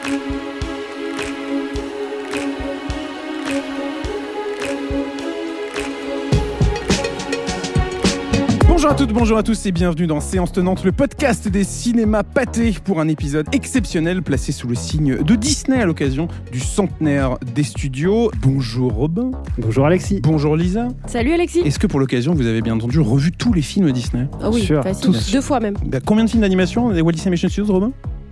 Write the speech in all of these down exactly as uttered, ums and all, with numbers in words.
Bonjour à toutes, bonjour à tous et bienvenue dans Séance Tenante, le podcast des cinémas pâtés pour un épisode exceptionnel placé sous le signe de Disney à l'occasion du centenaire des studios. Bonjour Robin. Bonjour Alexis. Bonjour Lisa. Salut Alexis. Est-ce que pour l'occasion vous avez bien entendu revu tous les films Disney ? Ah oui, Sûr, facile. tous. Deux fois même. Bah, combien de films d'animation des Walt Disney Animation Studios, Robin ?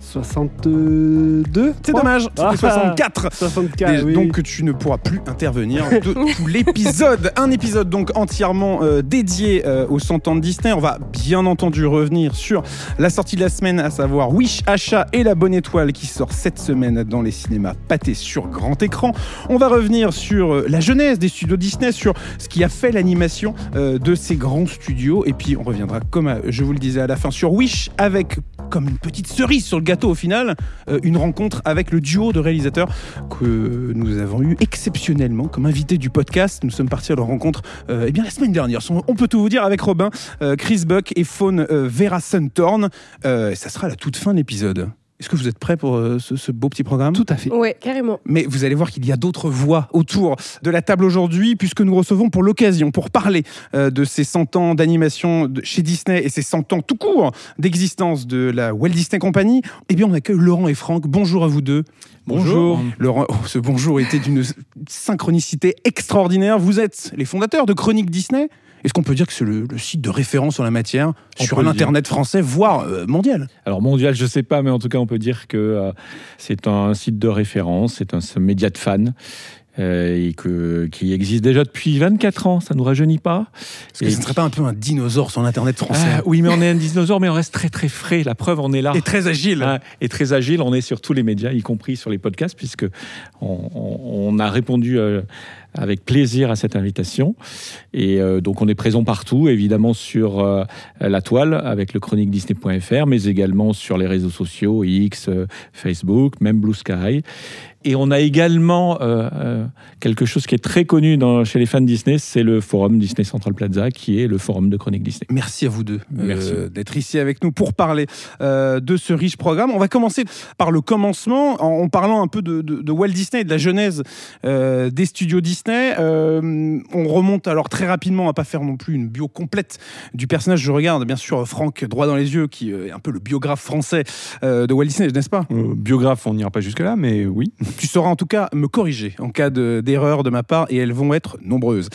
soixante-deux C'est dommage, c'était Ah, soixante-quatre. soixante-quatre, Et oui. donc tu ne pourras plus intervenir de tout l'épisode. Un épisode donc entièrement euh, dédié euh, aux cent ans de Disney. On va bien entendu revenir sur la sortie de la semaine, à savoir Wish, Achat et la Bonne Étoile qui sort cette semaine dans les cinémas pâtés sur grand écran. On va revenir sur euh, la genèse des studios Disney, sur ce qui a fait l'animation euh, de ces grands studios. Et puis on reviendra, comme euh, je vous le disais à la fin, sur Wish avec comme une petite cerise sur le gâteau au final, euh, une rencontre avec le duo de réalisateurs que nous avons eu exceptionnellement comme invité du podcast. Nous sommes partis à leur rencontre euh, eh bien, la semaine dernière. On peut tout vous dire avec Robin, euh, Chris Buck et Fawn euh, Vera Suntorn. Euh, ça sera à la toute fin de l'épisode. Est-ce que vous êtes prêts pour euh, ce, ce beau petit programme ? Tout à fait. Ouais, carrément. Mais vous allez voir qu'il y a d'autres voix autour de la table aujourd'hui, puisque nous recevons pour l'occasion, pour parler euh, de ces cent ans d'animation de, chez Disney et ces cent ans tout court d'existence de la Walt Disney Company, eh bien on accueille Laurent et Franck. Bonjour à vous deux. Bonjour. Laurent, oh, ce bonjour était d'une synchronicité extraordinaire. Vous êtes les fondateurs de Chroniques Disney. Est-ce qu'on peut dire que c'est le, le site de référence en la matière on sur l'internet français, voire euh, mondial ? Alors mondial, je ne sais pas, mais en tout cas, on peut dire que euh, c'est un site de référence, c'est un, c'est un média de fans. Euh, et que, qui existe déjà depuis vingt-quatre ans, ça ne nous rajeunit pas. Est-ce que et ce ne serait pas un peu un dinosaure sur l'internet français ? Ah, oui, mais on est un dinosaure, mais on reste très très frais. La preuve, on est là. Et très agile. Ah, et très agile, on est sur tous les médias, y compris sur les podcasts, puisque on, on, on a répondu euh, avec plaisir à cette invitation. Et euh, donc, on est présent partout, évidemment sur euh, la toile, avec le chronique disney point f r, mais également sur les réseaux sociaux, X, euh, Facebook, même Blue Sky. Et on a également euh, euh, quelque chose qui est très connu dans, chez les fans Disney, c'est le forum Disney Central Plaza, qui est le forum de Chroniques Disney. Merci à vous deux euh, d'être ici avec nous pour parler euh, de ce riche programme. On va commencer par le commencement, en, en parlant un peu de, de, de Walt Disney et de la genèse euh, des studios Disney. Euh, on remonte alors très rapidement, on va pas faire non plus une bio complète du personnage. Je regarde bien sûr Franck droit dans les yeux, qui est un peu le biographe français euh, de Walt Disney, n'est-ce pas ? euh, Biographe, on n'ira pas jusque-là, mais oui. Tu sauras en tout cas me corriger en cas de, d'erreur de ma part, et elles vont être nombreuses.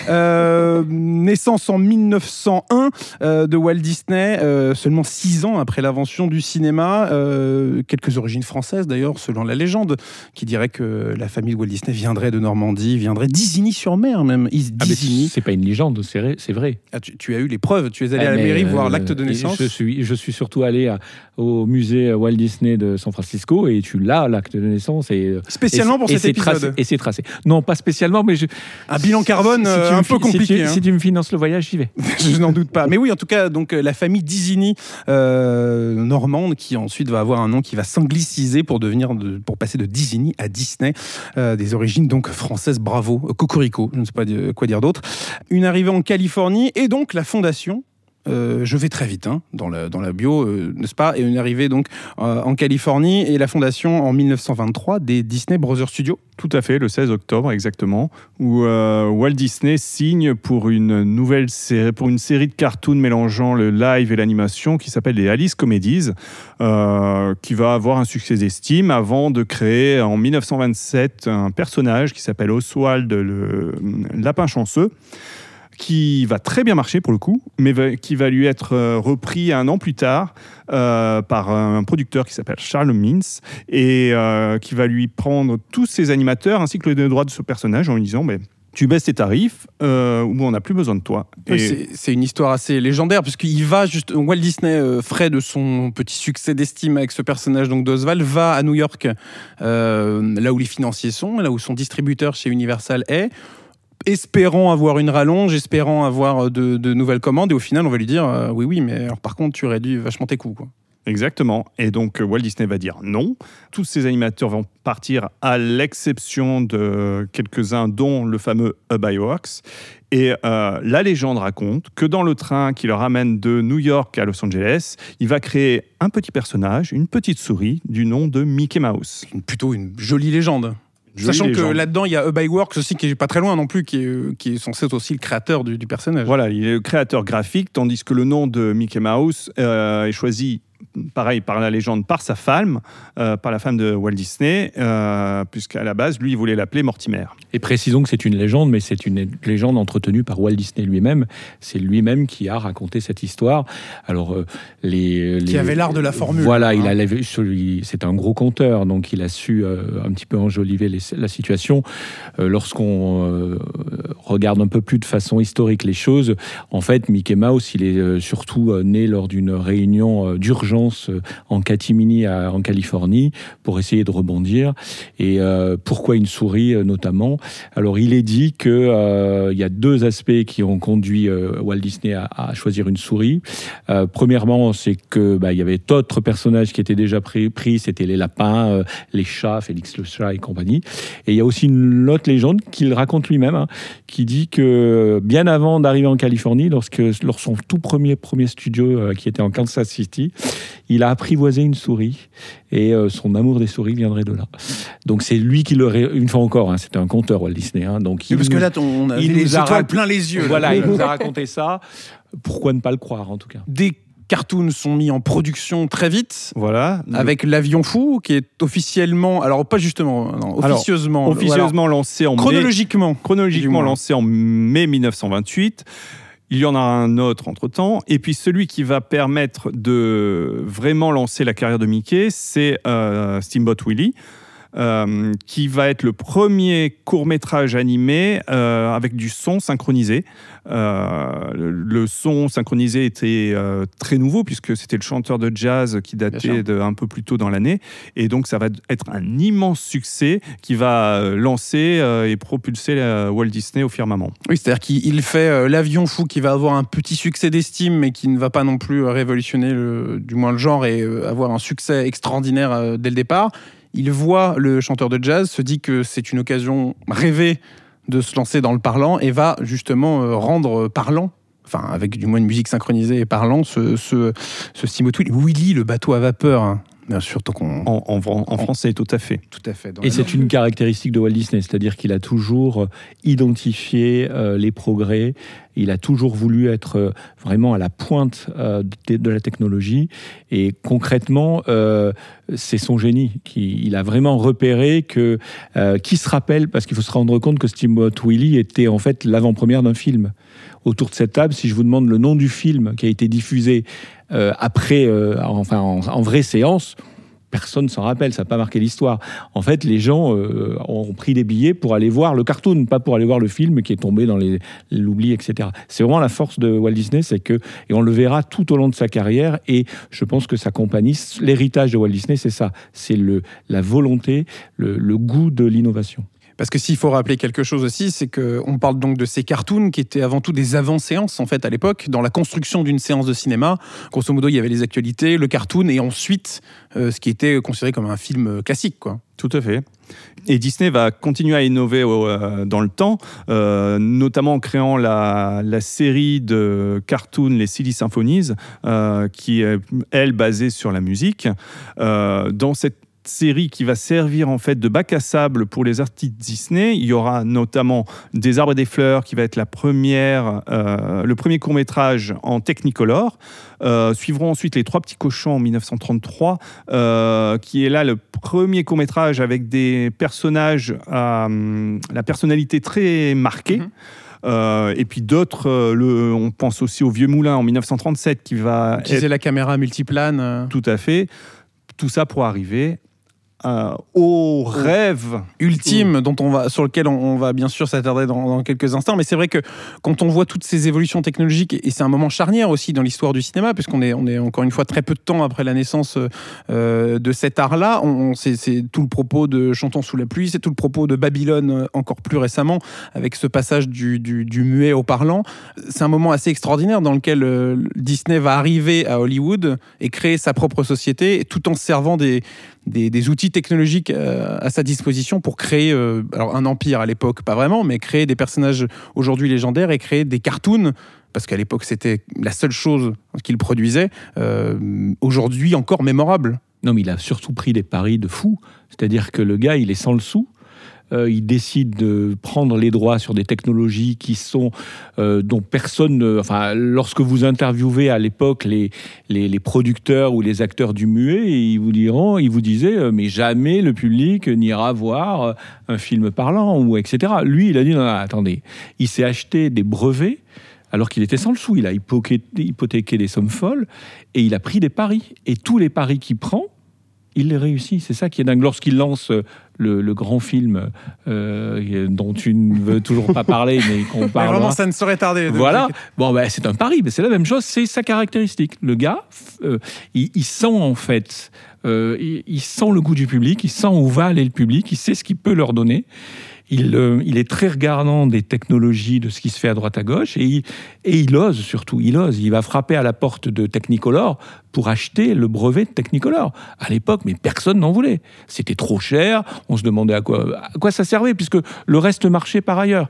Euh, naissance en mille neuf cent un euh, de Walt Disney, euh, seulement six ans après l'invention du cinéma. Euh, quelques origines françaises d'ailleurs, selon la légende, qui dirait que la famille de Walt Disney viendrait de Normandie, viendrait d'Isigny-sur-Mer même. Isigny. Ah, mais c'est pas une légende, c'est vrai. C'est vrai. Ah, tu, tu as eu les preuves, tu es allé ah, à la mairie euh, voir l'acte de naissance. Je suis, je suis surtout allé à, au musée Walt Disney de San Francisco, et tu l'as, l'acte de naissance. Et, Spécialement pour et cet épisode. Tracé, et c'est tracé. Non, pas spécialement, mais je... Un bilan carbone si, si euh, un peu fi- compliqué. Si tu, hein. si tu me finances le voyage, j'y vais. Je n'en doute pas. Mais oui, en tout cas, donc la famille d'Isigny euh, normande, qui ensuite va avoir un nom qui va s'angliciser pour devenir, de, pour passer de Disney à Disney, euh, des origines donc françaises. Bravo, cocorico, je ne sais pas quoi dire d'autre. Une arrivée en Californie et donc la fondation. Euh, je vais très vite hein, dans, la, dans la bio, euh, n'est-ce pas ? Et une arrivée donc euh, en Californie et la fondation en mille neuf cent vingt-trois des Disney Brothers Studios. Tout à fait, le seize octobre exactement, où euh, Walt Disney signe pour une nouvelle série, pour une série de cartoons mélangeant le live et l'animation qui s'appelle les Alice Comedies, euh, qui va avoir un succès d'estime avant de créer en mille neuf cent vingt-sept un personnage qui s'appelle Oswald le lapin chanceux, qui va très bien marcher pour le coup, mais va, qui va lui être euh, repris un an plus tard euh, par un producteur qui s'appelle Charles Mintz et euh, qui va lui prendre tous ses animateurs ainsi que le droit de ce personnage en lui disant bah, tu baisses tes tarifs euh, ou on n'a plus besoin de toi. Et... C'est, c'est une histoire assez légendaire puisqu'il va juste Walt Disney, euh, frais de son petit succès d'estime avec ce personnage donc d'Oswald, va à New York, euh, là où les financiers sont, là où son distributeur chez Universal est, espérant avoir une rallonge, espérant avoir de, de nouvelles commandes, et au final on va lui dire euh, oui oui mais alors par contre tu réduis vachement tes coûts quoi. Exactement. Et donc, Walt Disney va dire non. Tous ces animateurs vont partir, à l'exception de quelques-uns, dont le fameux Ub Iwerks. Et euh, la légende raconte que dans le train qui le ramène de New York à Los Angeles, il va créer un petit personnage, une petite souris, du nom de Mickey Mouse. Plutôt une jolie légende. Jolie Sachant légende. que là-dedans, il y a Ub Iwerks aussi, qui est pas très loin non plus, qui est, qui est censé être aussi le créateur du, du personnage. Voilà, il est le créateur graphique, tandis que le nom de Mickey Mouse euh, est choisi, pareil, par la légende, par sa femme, euh, par la femme de Walt Disney, euh, puisqu'à la base, lui, il voulait l'appeler Mortimer. Et précisons que c'est une légende, mais c'est une légende entretenue par Walt Disney lui-même. C'est lui-même qui a raconté cette histoire. Alors, euh, les, les... Qui avait l'art de la formule. Voilà, hein. il a, c'est un gros conteur, donc il a su euh, un petit peu enjoliver les, la situation. Euh, lorsqu'on euh, regarde un peu plus de façon historique les choses, en fait, Mickey Mouse, il est euh, surtout euh, né lors d'une réunion euh, d'urgence euh, en catimini à, en Californie pour essayer de rebondir. Et euh, pourquoi une souris, euh, notamment ? Alors, il est dit qu'il euh, y a deux aspects qui ont conduit euh, Walt Disney à, à choisir une souris. Euh, premièrement, c'est que bah, il y avait d'autres personnages qui étaient déjà pris, pris c'était les lapins, euh, les chats, Félix le chat et compagnie. Et il y a aussi une autre légende qu'il raconte lui-même, hein, qui dit que bien avant d'arriver en Californie, lorsque lors son tout premier premier studio euh, qui était en Kansas City, il a apprivoisé une souris et euh, son amour des souris viendrait de là. Donc c'est lui qui le ré... une fois encore, hein, c'était un conteur Walt Disney, hein, donc Oui, parce nous... que là, on a il les nous a étoiles rac- plein les yeux. là. Voilà, il nous a raconté ça. Pourquoi ne pas le croire, en tout cas? Des cartoons sont mis en production très vite. Voilà. Avec l'Avion Fou, qui est officiellement, alors pas justement, non, Alors, officieusement, officieusement lancé en mai, chronologiquement, chronologiquement du moins. lancé en mai mille neuf cent vingt-huit. Il y en a un autre entre-temps. Et puis celui qui va permettre de vraiment lancer la carrière de Mickey, c'est euh, Steamboat Willie. Euh, qui va être le premier court-métrage animé euh, avec du son synchronisé. Euh, le, le son synchronisé était euh, très nouveau puisque c'était le chanteur de jazz qui datait de, un peu plus tôt dans l'année. Et donc ça va être un immense succès qui va lancer euh, et propulser euh, Walt Disney au firmament. Oui, c'est-à-dire qu'il fait euh, l'Avion Fou qui va avoir un petit succès d'estime mais qui ne va pas non plus révolutionner le, du moins le genre et euh, avoir un succès extraordinaire euh, dès le départ. Il voit le chanteur de jazz, se dit que c'est une occasion rêvée de se lancer dans le parlant et va justement rendre parlant, enfin avec du moins une musique synchronisée et parlant, ce, ce, ce Steamboat Willie, Willie, le bateau à vapeur. Hein. Bien sûr, tant qu'on... En, en, en, en français, tout à fait. Tout à fait. Et c'est une caractéristique de Walt Disney, c'est-à-dire qu'il a toujours identifié euh, les progrès, il a toujours voulu être euh, vraiment à la pointe euh, de, de la technologie, et concrètement, euh, c'est son génie. Qui, il a vraiment repéré que, euh, qui se rappelle, parce qu'il faut se rendre compte que Steamboat Willie était en fait l'avant-première d'un film. Autour de cette table, si je vous demande le nom du film qui a été diffusé euh, après, euh, enfin en, en vraie séance, personne ne s'en rappelle, ça n'a pas marqué l'histoire. En fait, les gens euh, ont pris des billets pour aller voir le cartoon, pas pour aller voir le film qui est tombé dans les, l'oubli, et cetera. C'est vraiment la force de Walt Disney, c'est que, et on le verra tout au long de sa carrière, et je pense que sa compagnie, l'héritage de Walt Disney, c'est ça, c'est le, la volonté, le, le goût de l'innovation. Parce que s'il faut rappeler quelque chose aussi, c'est qu'on parle donc de ces cartoons qui étaient avant tout des avant-séances en fait à l'époque. Dans la construction d'une séance de cinéma, grosso modo, il y avait les actualités, le cartoon et ensuite euh, ce qui était considéré comme un film classique, quoi. Tout à fait. Et Disney va continuer à innover euh, dans le temps, euh, notamment en créant la, la série de cartoons, les Silly Symphonies, euh, qui est, elle, basée sur la musique. Euh, dans cette série qui va servir en fait de bac à sable pour les artistes Disney. Il y aura notamment Des arbres et des fleurs qui va être la première, euh, le premier court-métrage en Technicolor. Euh, suivront ensuite Les Trois petits cochons en dix-neuf cent trente-trois, euh, qui est là le premier court-métrage avec des personnages à euh, la personnalité très marquée. Mmh. Euh, et puis d'autres, euh, le, on pense aussi au Vieux Moulin en dix-neuf cent trente-sept qui va utiliser être... la caméra multiplane. Euh... Tout à fait. Tout ça pour arriver euh, au rêve ultime, dont on va, sur lequel on, on va bien sûr s'attarder dans, dans quelques instants. Mais c'est vrai que quand on voit toutes ces évolutions technologiques, et c'est un moment charnière aussi dans l'histoire du cinéma, puisqu'on est, on est encore une fois très peu de temps après la naissance euh, de cet art-là. On, on, c'est, c'est tout le propos de Chantons sous la pluie, c'est tout le propos de Babylone encore plus récemment, avec ce passage du, du, du muet au parlant. C'est un moment assez extraordinaire dans lequel euh, Disney va arriver à Hollywood et créer sa propre société, tout en servant des, des, des outils technologiques euh, à sa disposition pour créer euh, alors un empire à l'époque, pas vraiment, mais créer des personnages aujourd'hui légendaires et créer des cartoons, parce qu'à l'époque c'était la seule chose qu'il produisait, euh, aujourd'hui encore mémorable. Non, mais il a surtout pris des paris de fou. C'est-à-dire que le gars, il est sans le sou. Euh, il décide de prendre les droits sur des technologies qui sont euh, dont personne. Euh, enfin, lorsque vous interviewez à l'époque les, les les producteurs ou les acteurs du muet, ils vous diront, ils vous disaient, euh, mais jamais le public n'ira voir euh, un film parlant ou et cetera. Lui, il a dit non, non, attendez, il s'est acheté des brevets. Alors qu'il était sans le sou, il a hypothéqué des sommes folles et il a pris des paris. Et tous les paris qu'il prend, il les réussit. C'est ça qui est dingue. Lorsqu'il lance le, le grand film euh, dont tu ne veux toujours pas parler, mais qu'on parle. Vraiment, ça ne saurait tarder. Voilà. Bon, ben, c'est un pari, mais c'est la même chose. C'est sa caractéristique. Le gars, euh, il, il sent en fait, euh, il, il sent le goût du public, il sent où va aller le public, il sait ce qu'il peut leur donner. Il, euh, il est très regardant des technologies, de ce qui se fait à droite à gauche, et il, et il ose surtout, il ose. Il va frapper à la porte de Technicolor pour acheter le brevet de Technicolor. À l'époque, mais personne n'en voulait. C'était trop cher, on se demandait à quoi, à quoi ça servait, puisque le reste marchait par ailleurs.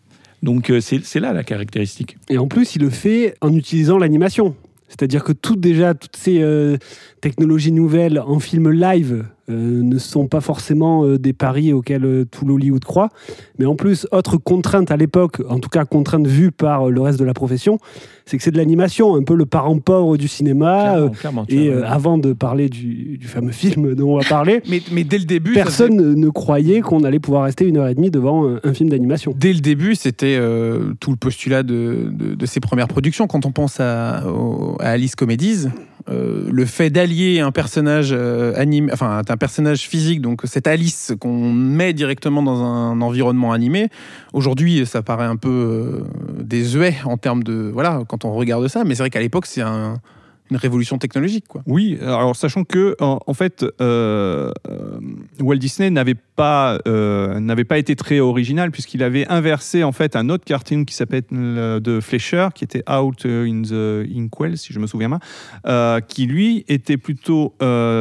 Donc euh, c'est, c'est là la caractéristique. Et en plus, il le fait en utilisant l'animation. C'est-à-dire que tout, déjà, toutes ces euh, technologies nouvelles en film live euh, ne sont pas forcément euh, des paris auxquels euh, tout l'Hollywood croit. Mais en plus, autre contrainte à l'époque, en tout cas contrainte vue par euh, le reste de la profession, c'est que c'est de l'animation, un peu le parent pauvre du cinéma. Clairement, euh, clairement, et euh, clairement. avant de parler du, du fameux film dont on va parler, Mais, mais dès le début, personne ça, ne, ne croyait qu'on allait pouvoir rester une heure et demie devant un, un film d'animation. Dès le début, c'était euh, tout le postulat de, de, de ses premières productions. Quand on pense à, au, à Alice Comedies, euh, le fait d'allier un personnage euh, animé, enfin un personnage physique, donc cette Alice qu'on met directement dans un environnement animé. Aujourd'hui, ça paraît un peu euh, désuet en termes de voilà quand on regarde ça, mais c'est vrai qu'à l'époque, c'est un une révolution technologique, quoi. Oui, alors sachant que en, en fait, euh, euh, Walt Disney n'avait pas euh, n'avait pas été très original puisqu'il avait inversé en fait un autre cartoon qui s'appelle euh, de Fleischer, qui était Out in the Inkwell, si je me souviens bien, euh, qui lui était plutôt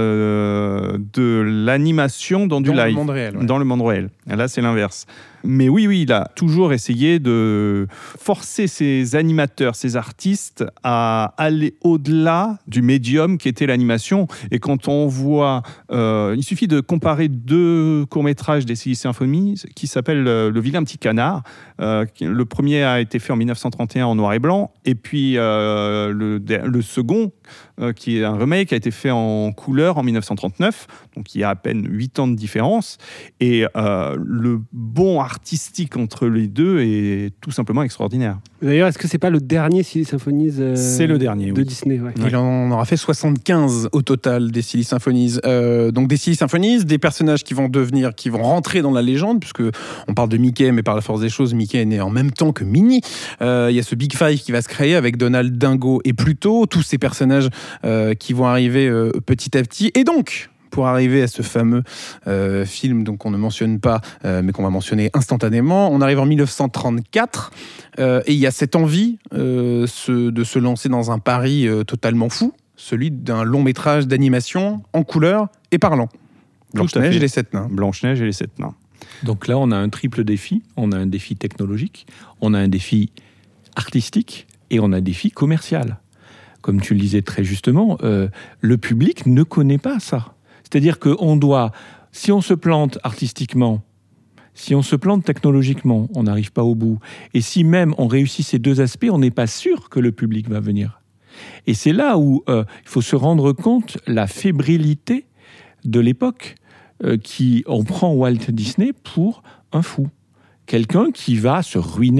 euh, de l'animation dans du Dans live, le monde réel, ouais. dans le monde réel. Et là, c'est l'inverse. Mais oui, oui, il a toujours essayé de forcer ses animateurs, ses artistes à aller au-delà du médium qui était l'animation. Et quand on voit, euh, il suffit de comparer deux courts-métrages des Silly Symphonies qui s'appellent euh, Le vilain petit canard. Euh, le premier a été fait en dix-neuf cent trente et un en noir et blanc, et puis euh, le, le second, euh, qui est un remake, a été fait en couleur en dix-neuf cent trente-neuf, donc il y a à peine huit ans de différence. Et euh, le bond artistique entre les deux est tout simplement extraordinaire. D'ailleurs, est-ce que c'est pas le dernier Silly Symphonies euh, C'est le dernier, de oui. Disney, ouais. Il en aura fait soixante-quinze au total des Silly Symphonies. Euh, donc des Silly Symphonies, des personnages qui vont devenir, qui vont rentrer dans la légende, puisque on parle de Mickey, mais par la force des choses, Mickey est né en même temps que Minnie. Euh, il y a ce Big Five qui va se créer avec Donald, Dingo et Pluto, tous ces personnages euh, qui vont arriver euh, petit à petit. Et donc, pour arriver à ce fameux euh, film donc on ne mentionne pas, euh, mais qu'on va mentionner instantanément, on arrive en dix-neuf cent trente-quatre euh, et il y a cette envie euh, ce, de se lancer dans un pari euh, totalement fou, celui d'un long métrage d'animation en couleur et parlant. Blanche-Neige et les Sept Nains. Blanche-Neige et les Sept Nains. Donc là, on a un triple défi. On a un défi technologique, on a un défi artistique et on a un défi commercial. Comme tu le disais très justement, euh, le public ne connaît pas ça. C'est-à-dire qu'on doit, si on se plante artistiquement, si on se plante technologiquement, on n'arrive pas au bout. Et si même on réussit ces deux aspects, on n'est pas sûr que le public va venir. Et c'est là où euh, il faut se rendre compte la fébrilité de l'époque, euh, qui on prend Walt Disney pour un fou. Quelqu'un qui va se ruiner,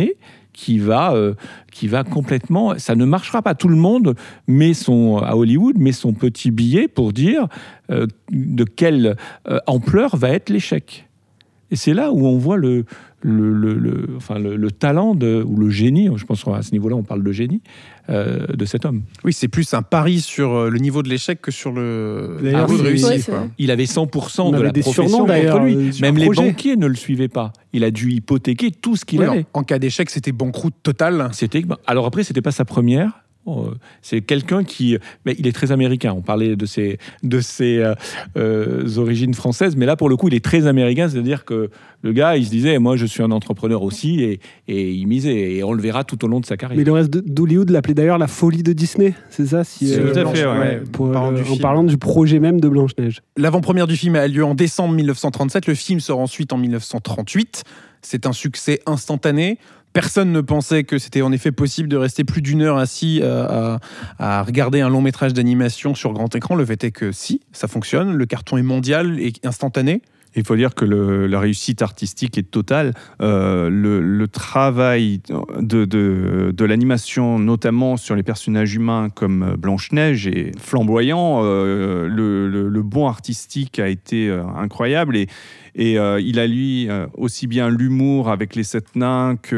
qui va, euh, qui va complètement... Ça ne marchera pas. Tout le monde met son, à Hollywood met son petit billet pour dire euh, de quelle euh, ampleur va être l'échec. Et c'est là où on voit le, le, le, le, enfin le, le talent de, ou le génie, je pense qu'à ce niveau-là on parle de génie, euh, de cet homme. Oui, c'est plus un pari sur le niveau de l'échec que sur le D'ailleurs, niveau de c'est- réussite. Ouais, c'est quoi. vrai. Il avait cent pour cent On de avait la des profession surnoms, d'ailleurs, contre lui. euh, sur Même le les projet. banquiers ne le suivaient pas. Il a dû hypothéquer tout ce qu'il Oui, avait. en, en cas d'échec, c'était banqueroute totale. C'était, alors après, c'était pas sa première. Oh, c'est quelqu'un qui, mais il est très américain. On parlait de ses, de ses euh, euh, origines françaises, mais là pour le coup, il est très américain. C'est-à-dire que le gars, il se disait, moi, je suis un entrepreneur aussi, et, et il misait. Et on le verra tout au long de sa carrière. Mais le reste de- d'Hollywood l'appelait d'ailleurs la folie de Disney, c'est ça si, C'est euh, tout à fait, ouais. ouais, pour, en parlant euh, du en film. parlant du projet même de Blanche-Neige. L'avant-première du film a lieu en décembre mille neuf cent trente-sept. Le film sort ensuite en mille neuf cent trente-huit. C'est un succès instantané. Personne ne pensait que c'était en effet possible de rester plus d'une heure assis euh, à, à regarder un long métrage d'animation sur grand écran. Le fait est que si, ça fonctionne. Le carton est mondial et instantané. Il faut dire que le- la réussite artistique est totale. Euh, le, le travail de, de, de l'animation, notamment sur les personnages humains comme Blanche-Neige, est flamboyant. Euh, le, le, le bond artistique a été euh, incroyable. Et, et euh, il a, lui, euh, aussi bien l'humour avec les sept nains que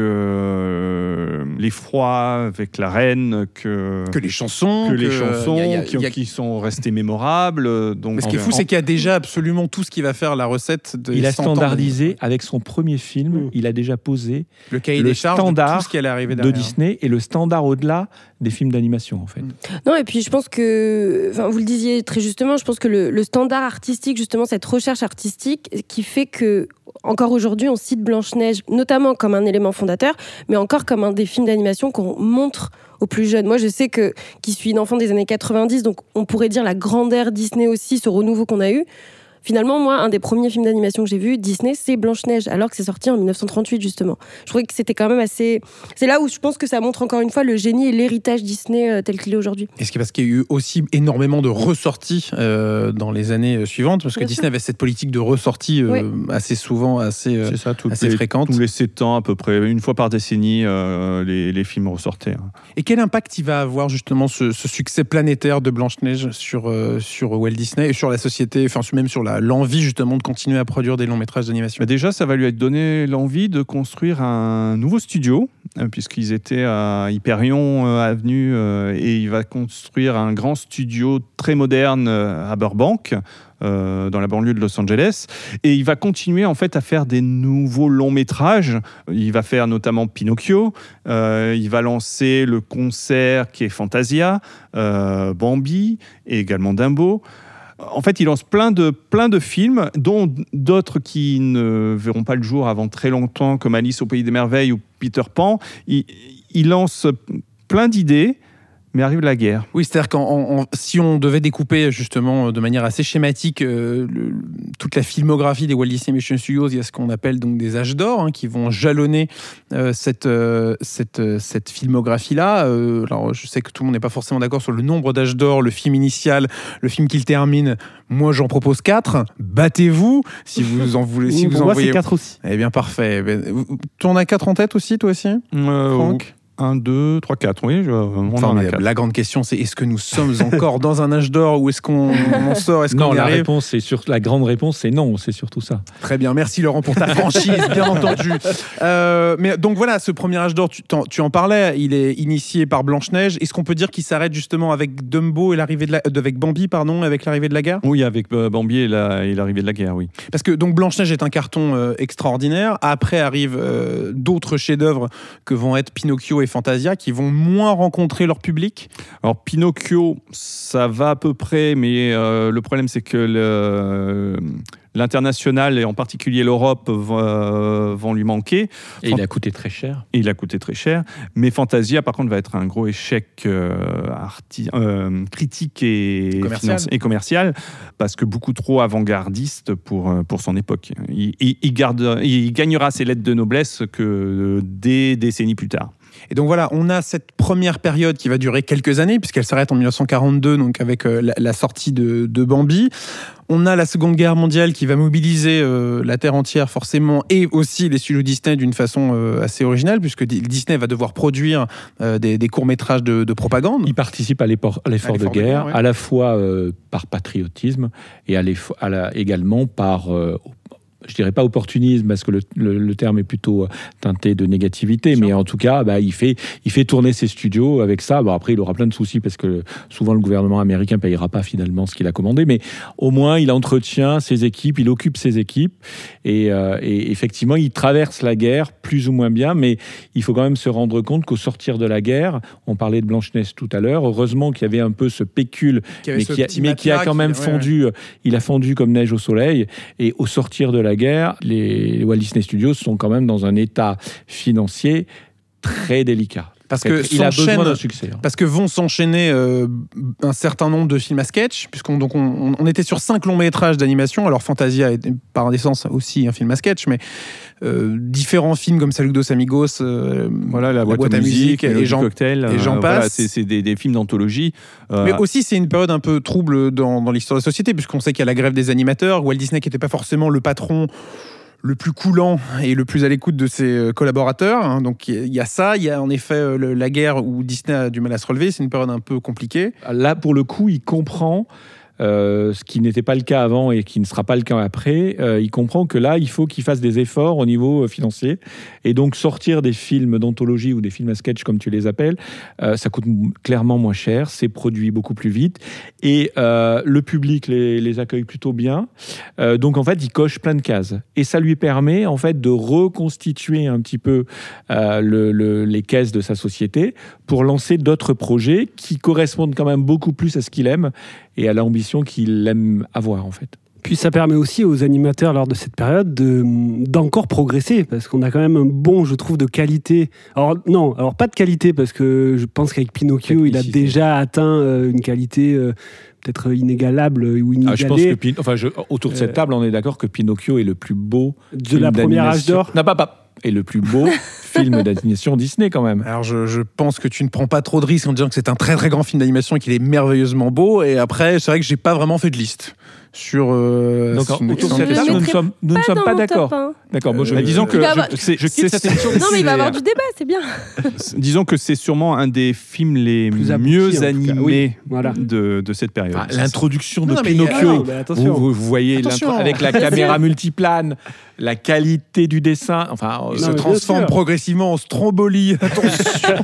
euh, l'effroi avec la reine, que, Que les chansons. que les chansons y a- y a- qui, y a- qui sont restées mémorables. Donc, Mais ce qui est fou, c'est qu'il y a déjà absolument tout ce qui va faire la recette de Il a cent ans. standardisé avec son premier film. Mm. Il a déjà posé le cahier le des charges de standard tout ce qui allait arriver de derrière. Disney et le standard au-delà des films d'animation en fait. Non, et puis je pense que, enfin, vous le disiez très justement, je pense que le, le standard artistique, justement, cette recherche artistique qui fait que, encore aujourd'hui, on cite Blanche-Neige, notamment comme un élément fondateur, mais encore comme un des films d'animation qu'on montre aux plus jeunes. Moi, je sais que, qui suis une enfant des années quatre-vingt-dix, donc on pourrait dire la grande ère Disney aussi, ce renouveau qu'on a eu. Finalement, moi, un des premiers films d'animation que j'ai vu, Disney, c'est Blanche-Neige, alors que c'est sorti en mille neuf cent trente-huit, justement. Je trouvais que c'était quand même assez... C'est là où je pense que ça montre encore une fois le génie et l'héritage Disney euh, tel qu'il est aujourd'hui. Et c'est parce qu'il y a eu aussi énormément de ressorties euh, dans les années suivantes, parce que Bien Disney sûr. avait cette politique de ressorties euh, Ouais. assez souvent, assez, euh, c'est ça, toutes assez les, fréquente. tous les sept ans à peu près, une fois par décennie, euh, les, les films ressortaient. hein. Et quel impact il va avoir justement ce, ce succès planétaire de Blanche-Neige sur, euh, sur Walt Disney et sur la société, enfin même sur la- l'envie justement de continuer à produire des longs métrages d'animation? Mais déjà, ça va lui donner l'envie de construire un nouveau studio, euh, puisqu'ils étaient à Hyperion euh, Avenue, euh, et il va construire un grand studio très moderne euh, à Burbank, euh, dans la banlieue de Los Angeles. Et il va continuer en fait à faire des nouveaux longs métrages. Il va faire notamment Pinocchio. Euh, il va lancer le concert qui est Fantasia, euh, Bambi et également Dumbo. En fait, il lance plein de, plein de films, dont d'autres qui ne verront pas le jour avant très longtemps, comme Alice au Pays des Merveilles ou Peter Pan. Il, il lance plein d'idées, mais arrive la guerre. Oui, c'est-à-dire que si on devait découper justement de manière assez schématique euh, le- toute la filmographie des Walt Disney Animation Studios, il y a ce qu'on appelle donc des âges d'or hein, qui vont jalonner euh, cette, euh, cette, euh, cette filmographie-là. Euh, alors, je sais que tout le monde n'est pas forcément d'accord sur le nombre d'âges d'or, le film initial, le film qu'il termine. Moi, j'en propose quatre. Battez-vous si vous en voulez. Si Pour vous en moi, voyez. c'est quatre aussi. Eh bien, parfait. Ben, tu en as quatre en tête aussi, toi aussi, Euh, Franck? un, deux, trois, quatre, oui, je, on en a Formidable. quatre. La grande question, c'est est-ce que nous sommes encore dans un âge d'or ou est-ce qu'on on en sort? Est-ce Non, qu'on y la arrive? réponse, c'est sur... la grande réponse, c'est non, c'est surtout ça. Très bien, merci Laurent pour ta franchise, bien entendu. Euh, mais donc voilà, ce premier âge d'or, tu, t'en- tu en parlais, il est initié par Blanche-Neige. Est-ce qu'on peut dire qu'il s'arrête justement avec Dumbo et l'arrivée de la, euh, avec Bambi, pardon, avec l'arrivée de la guerre? Oui, avec euh, Bambi et la- et l'arrivée de la guerre, oui. Parce que donc Blanche-Neige est un carton euh, extraordinaire. Après arrivent euh, d'autres chefs-d'œuvre que vont être Pinocchio et Fantasia, qui vont moins rencontrer leur public. Alors Pinocchio, ça va à peu près, mais euh, le problème c'est que le, l'international et en particulier l'Europe va- vont lui manquer. Et il a coûté très cher. Et il a coûté très cher. Mais Fantasia, par contre, va être un gros échec euh, arti- euh, critique et Commercial. finance- et commercial, parce que beaucoup trop avant-gardiste pour, euh, pour son époque. Il, il- il garde, il gagnera ses lettres de noblesse que des décennies plus tard. Et donc voilà, on a cette première période qui va durer quelques années, puisqu'elle s'arrête en dix-neuf cent quarante-deux, donc avec euh, la, la sortie de, de Bambi. On a la Seconde Guerre mondiale qui va mobiliser euh, la Terre entière forcément, et aussi les studios Disney d'une façon euh, assez originale, puisque Disney va devoir produire euh, des, des courts-métrages de, de propagande. Il participe à l'effort, à l'effort, à l'effort de, de guerre, guerre ouais. à la fois euh, par patriotisme et à à la, également par... Euh, je dirais pas opportunisme parce que le, le, le terme est plutôt teinté de négativité, mais en tout cas, bah, il fait, il fait tourner ses studios avec ça. Bon, après, il aura plein de soucis parce que souvent le gouvernement américain payera pas finalement ce qu'il a commandé, mais au moins il entretient ses équipes, il occupe ses équipes et, euh, et effectivement, il traverse la guerre plus ou moins bien, mais il faut quand même se rendre compte qu'au sortir de la guerre, on parlait de Blanche-Neige tout à l'heure, heureusement qu'il y avait un peu ce pécule, mais qui a, mais qui a quand même qui, fondu, ouais, ouais. il a fondu comme neige au soleil, et au sortir de la guerre, les Walt Disney Studios sont quand même dans un état financier très délicat. Parce que il a besoin d'un succès. Hein. Parce que vont s'enchaîner euh, un certain nombre de films à sketch, puisqu'on donc on, on était sur cinq longs métrages d'animation. Alors Fantasia est par essence aussi un film à sketch, mais euh, différents films comme Saludos Amigos, euh, voilà, la, la boîte, boîte à musique, musique et j'en cocktail, et j'en euh, passe. Voilà, c'est, c'est des, des films d'anthologie. Euh... Mais aussi c'est une période un peu trouble dans, dans l'histoire de la société, puisqu'on sait qu'il y a la grève des animateurs. Walt Disney qui n'était pas forcément le patron le plus coulant et le plus à l'écoute de ses collaborateurs. Donc il y a ça, il y a en effet la guerre où Disney a du mal à se relever, c'est une période un peu compliquée. Là, pour le coup, il comprend, euh, ce qui n'était pas le cas avant et qui ne sera pas le cas après, euh, il comprend que là, il faut qu'il fasse des efforts au niveau financier. Et donc sortir des films d'anthologie ou des films à sketch, comme tu les appelles, euh, ça coûte clairement moins cher, c'est produit beaucoup plus vite. Et euh, le public les, les accueille plutôt bien. Euh, donc en fait, il coche plein de cases. Et ça lui permet en fait de reconstituer un petit peu euh, le, le, les caisses de sa société pour lancer d'autres projets qui correspondent quand même beaucoup plus à ce qu'il aime et à l'ambition qu'il aime avoir en fait. Puis ça permet aussi aux animateurs lors de cette période de, d'encore progresser, parce qu'on a quand même un bon, je trouve, de qualité. Alors non, alors pas de qualité, parce que je pense qu'avec Pinocchio, il a déjà atteint une qualité euh, peut-être inégalable ou inégalée. Ah, je pense que Pin... enfin, je... autour de cette euh... table, on est d'accord que Pinocchio est le plus beau de la première âge d'or. Non, pas, pas. Et le plus beau film d'animation Disney quand même. Alors je, je pense que tu ne prends pas trop de risques en disant que c'est un très très grand film d'animation et qu'il est merveilleusement beau. Et après, c'est vrai que j'ai pas vraiment fait de liste sur. Euh, Donc autour de cette table, nous ne sommes, nous ne sommes pas d'accord. Top, hein. D'accord. Bon, je, euh, disons que avoir... je, c'est, je quitte cette émission. Non, mais il va y avoir du débat, c'est bien. Disons que c'est sûrement un des films les plus mieux animés oui, voilà. de, de cette période. Ah, l'introduction de non, Pinocchio. Ah, non, vous, vous, vous voyez avec la caméra multiplane, la qualité du dessin. Enfin, il se transforme progressivement en Stromboli. Attention.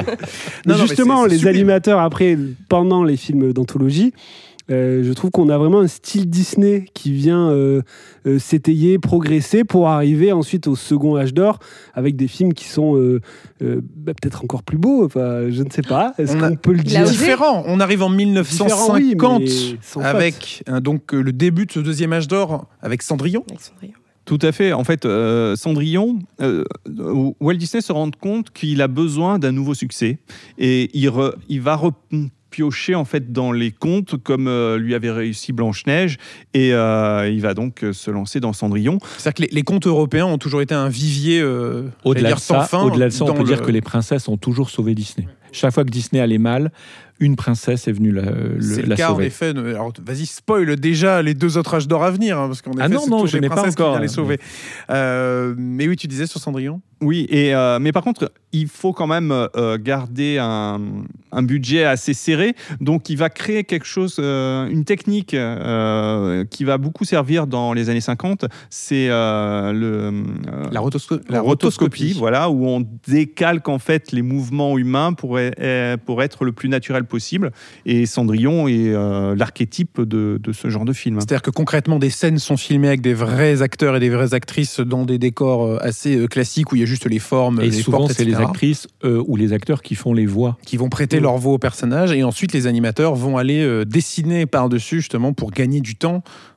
non, non, justement, les sublime. Animateurs après, pendant les films d'anthologie. Euh, je trouve qu'on a vraiment un style Disney qui vient euh, euh, s'étayer, progresser pour arriver ensuite au second âge d'or avec des films qui sont euh, euh, bah, peut-être encore plus beaux. Enfin, je ne sais pas. Est-ce on qu'on a... peut le dire ? Différent. On arrive en dix-neuf cent cinquante oui, avec euh, donc le début de ce deuxième âge d'or avec Cendrillon. Avec Cendrillon. Tout à fait. En fait, euh, Cendrillon, euh, Walt Disney se rend compte qu'il a besoin d'un nouveau succès et il, re, il va re, piocher en fait dans les contes comme euh, lui avait réussi Blanche-Neige et euh, il va donc euh, se lancer dans Cendrillon. C'est-à-dire que les, les contes européens ont toujours été un vivier euh, au-delà de sans ça, fin. Au-delà de ça, on peut le... dire que les princesses ont toujours sauvé Disney. Chaque fois que Disney allait mal, une princesse est venue la, le, c'est la le cas, sauver. En effet. Alors, vas-y, spoil déjà les deux autres âges d'or à venir, hein, parce qu'en effet, ah non, c'est non, toutes je les n'ai pas princesses encore. qui viennent les sauver. Mais... Euh, mais oui, tu disais sur Cendrillon. Oui, et euh, mais par contre, il faut quand même euh, garder un, un budget assez serré. Donc, il va créer quelque chose, euh, une technique euh, qui va beaucoup servir dans les années cinquante. C'est euh, le, euh, la, rotosco- la, la rotoscopie, rotoscopie, voilà, où on décalque en fait les mouvements humains pour, pour être le plus naturel possible. Et Cendrillon est euh, l'archétype de, de ce genre de film. C'est-à-dire que concrètement, des scènes sont filmées avec des vrais acteurs et des vraies actrices dans des décors assez classiques où il y a juste les formes, et les souvent portes, c'est et cetera. Les actrices euh, ou les acteurs qui font les voix, qui vont prêter mmh. leur voix au personnage, et ensuite les animateurs vont aller euh, dessiner par-dessus justement pour gagner du temps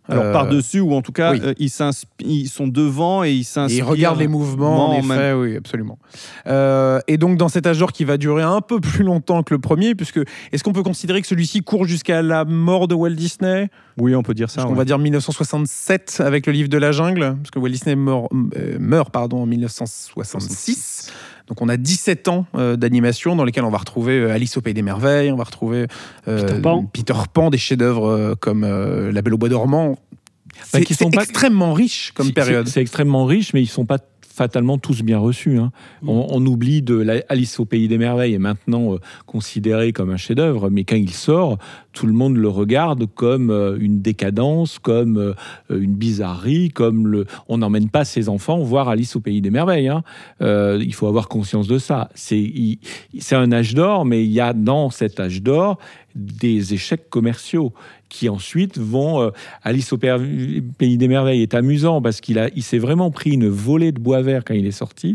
Alors Euh, par-dessus, ou en tout cas, oui. euh, ils, s'ins- ils sont devant et ils Et s'inspirent. il regarde les mouvements, en en effet, même- oui, absolument. Euh, et donc, dans cet âge d'or qui va durer un peu plus longtemps que le premier, puisque est-ce qu'on peut considérer que celui-ci court jusqu'à la mort de Walt Disney ? Oui, on peut dire ça. Parce qu'on ouais. va dire mille neuf cent soixante-sept avec le livre de la jungle, parce que Walt Disney meurt, euh, meurt pardon, en mille neuf cent soixante-six. Donc on a dix-sept ans euh, d'animation dans lesquels on va retrouver euh, Alice au Pays des Merveilles, on va retrouver euh, Peter Pan. Peter Pan, des chefs-d'œuvre euh, comme euh, La Belle au Bois dormant. C'est Bah, qui sont c'est pas- extrêmement riche comme C'est- période. C'est, c'est extrêmement riche, mais ils ne sont pas fatalement tous bien reçus. Hein. On, on oublie de la Alice au Pays des Merveilles est maintenant euh, considéré comme un chef-d'œuvre, mais quand il sort, tout le monde le regarde comme euh, une décadence, comme euh, une bizarrerie, comme le. On n'emmène pas ses enfants voir Alice au Pays des Merveilles. Hein. Euh, il faut avoir conscience de ça. C'est, il- c'est un âge d'or, mais il y a dans cet âge d'or des échecs commerciaux qui ensuite vont... Euh, Alice au Pays des Merveilles est amusant parce qu'il a, il s'est vraiment pris une volée de bois vert quand il est sorti.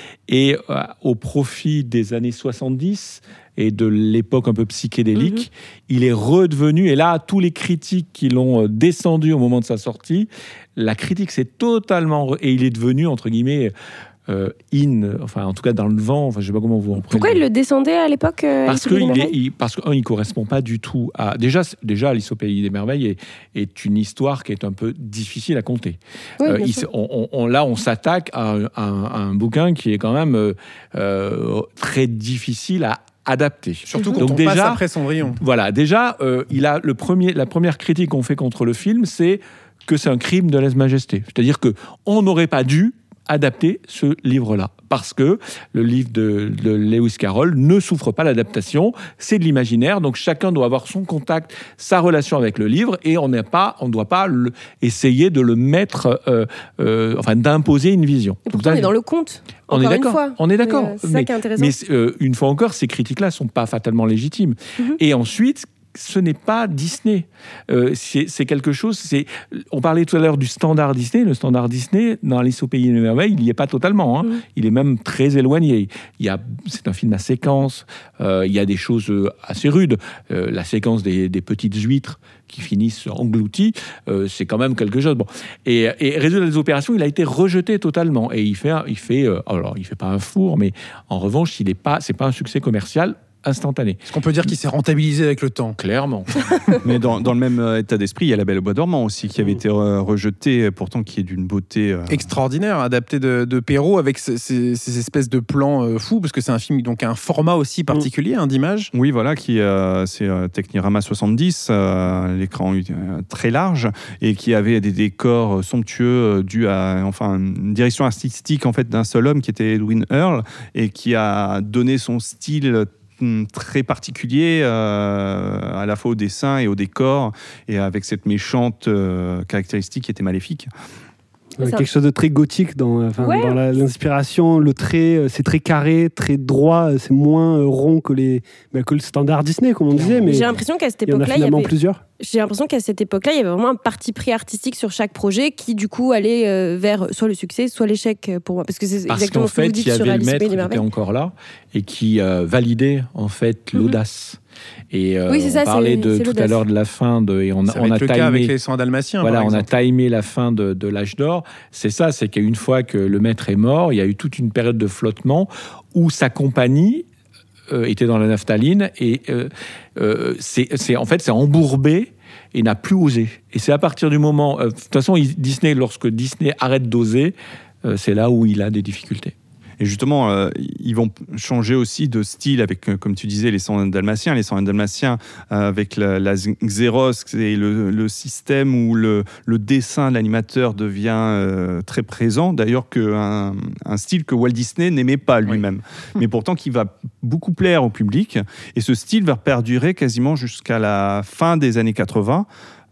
Et euh, au profit des années soixante-dix et de l'époque un peu psychédélique, mmh. il est redevenu... Et là, tous les critiques qui l'ont euh, descendu au moment de sa sortie, la critique s'est totalement... Re... Et il est devenu, entre guillemets... Euh, in, enfin en tout cas dans le vent, enfin je sais pas comment vous en prenez. Pourquoi il le descendait à l'époque euh, Parce que il est, il, parce qu'il correspond pas du tout à déjà déjà Alice au Pays des Merveilles est, est une histoire qui est un peu difficile à conter. Oui, euh, il, on, on, là on s'attaque à un, à, un, à un bouquin qui est quand même euh, euh, très difficile à adapté. Surtout quand Donc on déjà, passe après Cendrillon. Voilà, déjà, euh, il a le premier, la première critique qu'on fait contre le film, c'est que c'est un crime de lèse-majesté. C'est-à-dire qu'on n'aurait pas dû adapter ce livre-là. Parce que le livre de, de Lewis Carroll ne souffre pas l'adaptation, c'est de l'imaginaire, donc chacun doit avoir son contact, sa relation avec le livre, et on ne doit pas le, essayer de le mettre, euh, euh, enfin d'imposer une vision. Et pourtant, donc, on est dans le conte, on est encore d'accord, une fois. On est d'accord. Mais, euh, c'est ça mais, qui est intéressant. Mais euh, une fois encore, ces critiques-là ne sont pas fatalement légitimes. Mm-hmm. Et ensuite, ce n'est pas Disney. Euh, c'est, c'est quelque chose... C'est, on parlait tout à l'heure du standard Disney. Le standard Disney, dans Alice au Pays des Merveilles, il n'y est pas totalement. Hein. Mmh. Il est même très éloigné. Il y a, c'est un film à séquence. Euh, il y a des choses assez rudes. Euh, la séquence des, des petites huîtres qui finissent englouties, euh, c'est quand même quelque chose. Bon. Et, et résultat des opérations, il a été rejeté totalement. Et il fait... Il fait euh, alors, il ne fait pas un four, mais en revanche, il n'est pas, c'est pas un succès commercial instantané. Est-ce qu'on peut dire qu'il s'est rentabilisé avec le temps ? Clairement. Mais dans, dans le même état d'esprit, il y a La Belle au Bois dormant aussi, qui avait été euh, rejetée, pourtant qui est d'une beauté... Euh... extraordinaire, adapté de, de Perrault, avec ces, ces, ces espèces de plans euh, fous, parce que c'est un film donc un format aussi particulier, hein, d'image. Oui, voilà, qui, euh, c'est euh, Technirama soixante-dix, euh, l'écran euh, très large, et qui avait des décors somptueux euh, dus à enfin, une direction artistique en fait, d'un seul homme, qui était Edwin Earle, et qui a donné son style très particulier euh, à la fois au dessin et au décor, et avec cette méchante euh, caractéristique qui était maléfique. Euh, quelque chose de très gothique dans, enfin, ouais. dans la, l'inspiration, le trait, c'est très carré, très droit, c'est moins rond que, les, bah, que le standard Disney, comme on disait. Mais j'ai l'impression qu'à cette époque-là, il y, il y avait... plusieurs. J'ai l'impression qu'à cette époque-là, il y avait vraiment un parti pris artistique sur chaque projet qui, du coup, allait euh, vers soit le succès, soit l'échec pour moi. Parce que c'est Parce exactement qu'en ce que fait, vous dites il y sur avait le Alice au maître Pays des qui Merveilles. était encore là et qui euh, validait en fait mm-hmm. l'audace. Et euh, oui, c'est on ça, parlait c'est, de c'est tout l'audace. à l'heure de la fin de et on, ça on va a être le timé, cas avec les cent Dalmatiens. Voilà, par on exemple. a timé la fin de, de l'âge d'or. C'est ça, c'est qu'une fois que le maître est mort, il y a eu toute une période de flottement où sa compagnie euh, était dans la naphtaline et euh, euh, c'est, c'est en fait c'est embourbé et n'a plus osé. Et c'est à partir du moment, euh, de toute façon, Disney, lorsque Disney arrête d'oser, euh, c'est là où il a des difficultés. Et justement, euh, ils vont changer aussi de style avec, euh, comme tu disais, les cent Dalmatiens. Les cent Dalmatiens euh, avec la, la Xerox et le, le système où le, le dessin de l'animateur devient euh, très présent. D'ailleurs, qu'un, un style que Walt Disney n'aimait pas lui-même. Oui. Mais pourtant qui va beaucoup plaire au public. Et ce style va perdurer quasiment jusqu'à la fin des années quatre-vingts.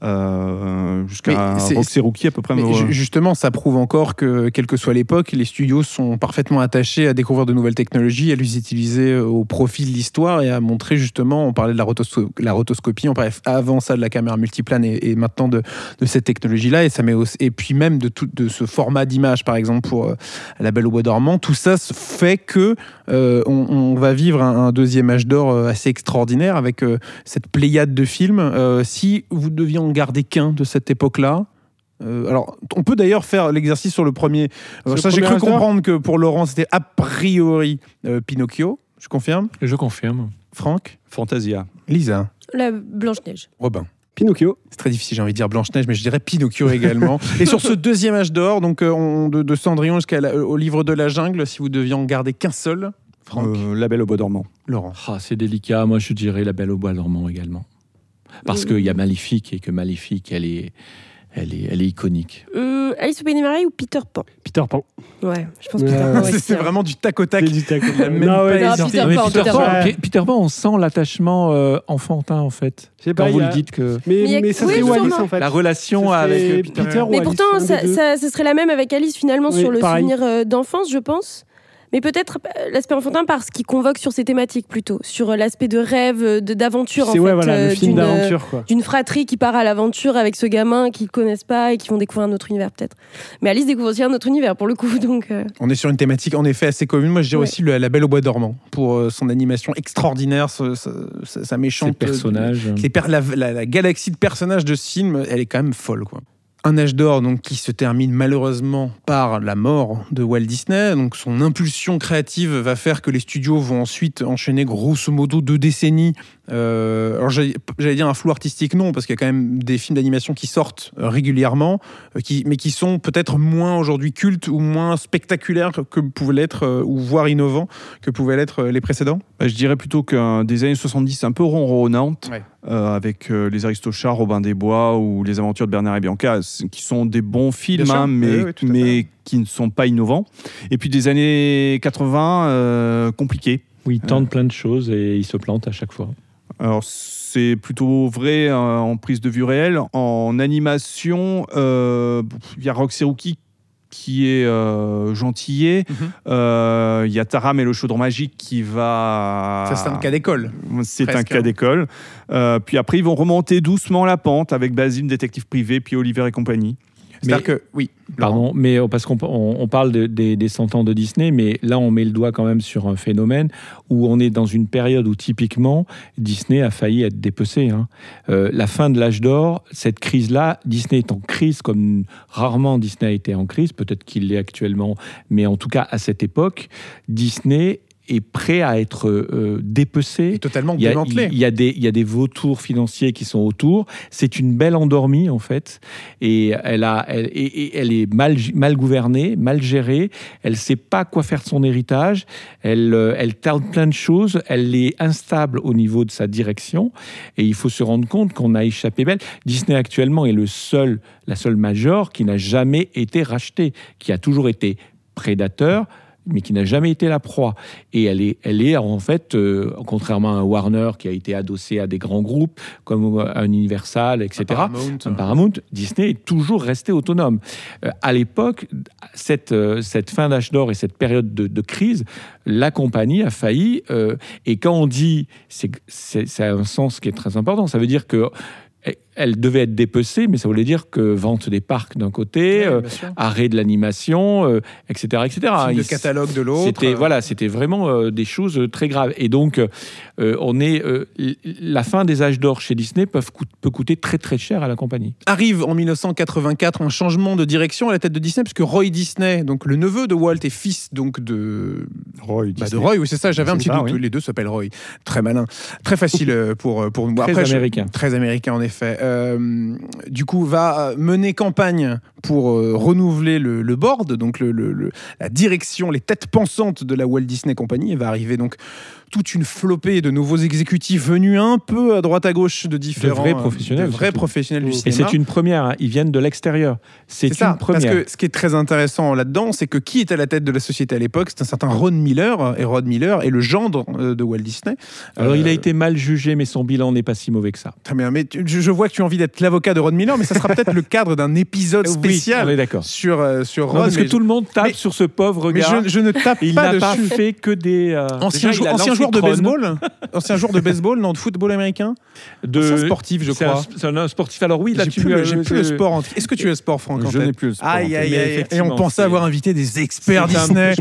Euh, jusqu'à Roxy Rookie à peu près. Mais me... Justement, ça prouve encore que, quelle que soit l'époque, les studios sont parfaitement attachés à découvrir de nouvelles technologies, à les utiliser au profit de l'histoire et à montrer justement, on parlait de la, rotos- la rotoscopie, on parlait avant ça de la caméra multiplane et, et maintenant de, de cette technologie-là, et, ça met aussi, et puis même de, tout, de ce format d'image, par exemple, pour euh, La Belle au Bois dormant, tout ça fait que euh, on, on va vivre un, un deuxième âge d'or assez extraordinaire avec euh, cette pléiade de films. Euh, si vous deviez en garder qu'un de cette époque-là. Euh, alors, on peut d'ailleurs faire l'exercice sur le premier. Euh, ça, j'ai cru comprendre que pour Laurent, c'était a priori euh, Pinocchio. Je confirme. Je confirme. Franck. Fantasia. Lisa. La Blanche-Neige. Robin. Pinocchio. C'est très difficile, j'ai envie de dire Blanche-Neige, mais je dirais Pinocchio également. Et sur ce deuxième âge d'or, donc euh, on, de, de Cendrillon jusqu'au livre de la jungle, si vous deviez en garder qu'un seul, Franck. Euh, La Belle au bois dormant. Laurent. Ah, c'est délicat. Moi, je dirais La Belle au bois dormant également. Parce qu'il y a Maléfique et que Maléfique, elle est, elle est, elle est iconique. Hum, Alice au Pays des Merveilles ou Peter Pan? Peter Pan. Ouais, je pense Ouais. Peter Pan. C'est aussi, c'est hein. vraiment du tac au tac. C'est du tac au tac. Il a même Non, pas ouais, Non, hésité. Peter Mais Pan, Peter, Peter Pan, Pan. P- Peter Pan, on sent l'attachement euh, enfantin, en fait. Je sais pas, Quand vous il y a- le dites que... Mais, Mais il y a- mais ça oui, serait Wallis sûrement. en fait. La relation Ça serait avec Peter, Peter. ou Mais Alice, pourtant, un des ça, deux. ça, ce serait la même avec Alice finalement Oui, sur le pareil. souvenir euh, d'enfance, je pense. Mais peut-être euh, l'aspect enfantin parce qu'il convoque sur ces thématiques plutôt, sur euh, l'aspect de rêve, euh, de d'aventure en C'est fait, ouais, voilà, euh, le film d'une, euh, d'aventure quoi. d'une fratrie qui part à l'aventure avec ce gamin qu'ils connaissent pas et qui vont découvrir un autre univers peut-être. Mais Alice découvre aussi un autre univers pour le coup, donc. euh, On est sur une thématique en effet assez commune. Moi, je dirais Ouais. aussi le- La Belle au bois dormant pour euh, son animation extraordinaire, ce- ce- ce- sa méchante. Ces personnages. Les per- la, la- la galaxie de personnages de ce film, elle est quand même folle, quoi. Un âge d'or donc qui se termine malheureusement par la mort de Walt Disney. Donc son impulsion créative va faire que les studios vont ensuite enchaîner grosso modo deux décennies. Euh, alors j'allais, j'allais dire un flou artistique, non, parce qu'il y a quand même des films d'animation qui sortent euh, régulièrement, euh, qui, mais qui sont peut-être moins aujourd'hui cultes ou moins spectaculaires que, que pouvaient l'être, euh, ou voire innovants que pouvaient l'être euh, les précédents. Bah, je dirais plutôt qu'un des années soixante-dix un peu ronronnante, Ouais. euh, avec euh, les Aristochats, Robin des Bois ou les aventures de Bernard et Bianca, c- qui sont des bons films, Bien sûr. hein, mais, Oui, oui, tout à mais qui ne sont pas innovants. Et puis des années quatre-vingts, euh, compliqués. Où ils tentent plein de choses et ils se plantent à chaque fois. Alors, c'est plutôt vrai euh, en prise de vue réelle. En animation, euh, il y a Roxy Rookie qui est euh, gentillet. Mhm. Euh, Il y a Taram et le chaudron magique qui va... Ça, c'est un cas d'école. C'est un presque, cas hein. d'école. Euh, puis après, ils vont remonter doucement la pente avec Basile, détective privé, puis Oliver et compagnie. C'est-à-dire que, oui. Pardon, mais euh, parce qu'on on, on parle de- des, des cent ans de Disney, mais là on met le doigt quand même sur un phénomène où on est dans une période où typiquement Disney a failli être dépecé. Hein. Euh, la fin de l'âge d'or, cette crise-là, Disney est en crise comme rarement Disney a été en crise, peut-être qu'il l'est actuellement, mais en tout cas à cette époque, Disney est prêt à être euh, dépecé. Et totalement Il y, a, démantelé. il, y a des, il y a des vautours financiers qui sont autour. C'est une belle endormie, en fait. Et elle, a, elle, et, et elle est mal, mal gouvernée, mal gérée. Elle ne sait pas quoi faire de son héritage. Elle, euh, elle tente plein de choses. Elle est instable au niveau de sa direction. Et il faut se rendre compte qu'on a échappé belle. Disney, actuellement, est le seul, la seule major qui n'a jamais été rachetée, qui a toujours été prédateur, mais qui n'a jamais été la proie. Et elle est, elle est en fait, euh, contrairement à un Warner qui a été adossé à des grands groupes, comme un Universal, et cetera, Paramount. un Paramount, Disney est toujours resté autonome. Euh, à l'époque, cette, euh, cette fin d'âge d'or et cette période de, de crise, la compagnie a failli. Euh, et quand on dit, c'est, c'est, c'est un sens qui est très important, ça veut dire que elle devait être dépecée, mais ça voulait dire que vente des parcs d'un côté, Ouais, euh, bien sûr. arrêt de l'animation, euh, et cetera, et cetera. Film de Il- catalogue de l'autre. C'était euh, voilà, c'était vraiment euh, des choses euh, très graves. Et donc, euh, on est euh, l- la fin des âges d'or chez Disney peuvent coût- peut coûter très très cher à la compagnie. Arrive en mille neuf cent quatre-vingt-quatre un changement de direction à la tête de Disney, puisque Roy Disney, donc le neveu de Walt et fils donc de Roy bah, de Roy, oui c'est ça. J'avais un C'est petit ça, doute. oui. Les deux s'appellent Roy. Très malin, très facile euh, pour pour nous. Très je- américain. Très américain en effet. Euh, du coup, va mener campagne pour euh, renouveler le, le board, donc le, le- le- la direction, les têtes pensantes de la Walt Disney Company. Et va arriver donc toute une flopée de nouveaux exécutifs venus un peu à droite à gauche de différents vrais euh, professionnels, de vrais surtout. professionnels du Et cinéma. c'est une première. Hein. Ils viennent de l'extérieur. C'est, C'est une ça, première. parce que ce qui est très intéressant là-dedans, c'est que qui était à la tête de la société à l'époque, c'est un certain Ron Miller, et Ron Miller est le gendre euh, de Walt Disney. Alors, il a Euh, été mal jugé, mais son bilan n'est pas si mauvais que ça. Très bien, mais tu- je, je vois que tu as envie d'être l'avocat de Ron Miller, mais ça sera peut-être le cadre d'un épisode spécial Oui, on est d'accord. sur, euh, sur Non, Ron. parce mais que tout le monde tape mais- sur ce pauvre mais gars. je, je ne tape Il pas n'a pas dessus. fait que des. euh, Ancien, déjà, jou- il a ancien lancé joueur de Tron, baseball Ancien joueur de baseball, non, de football américain de Ancien sportif, je c'est crois. Un, c'est un, un sportif. Alors oui, là J'ai tu plus, me- le, j'ai plus le c'est- sport. en- Est-ce que tu as le sport, Franck en Je tête n'ai plus le sport. en Aïe, tête. aïe, Mais aïe. Et effectivement, on pensait c'est- avoir invité des experts c'est un- Disney.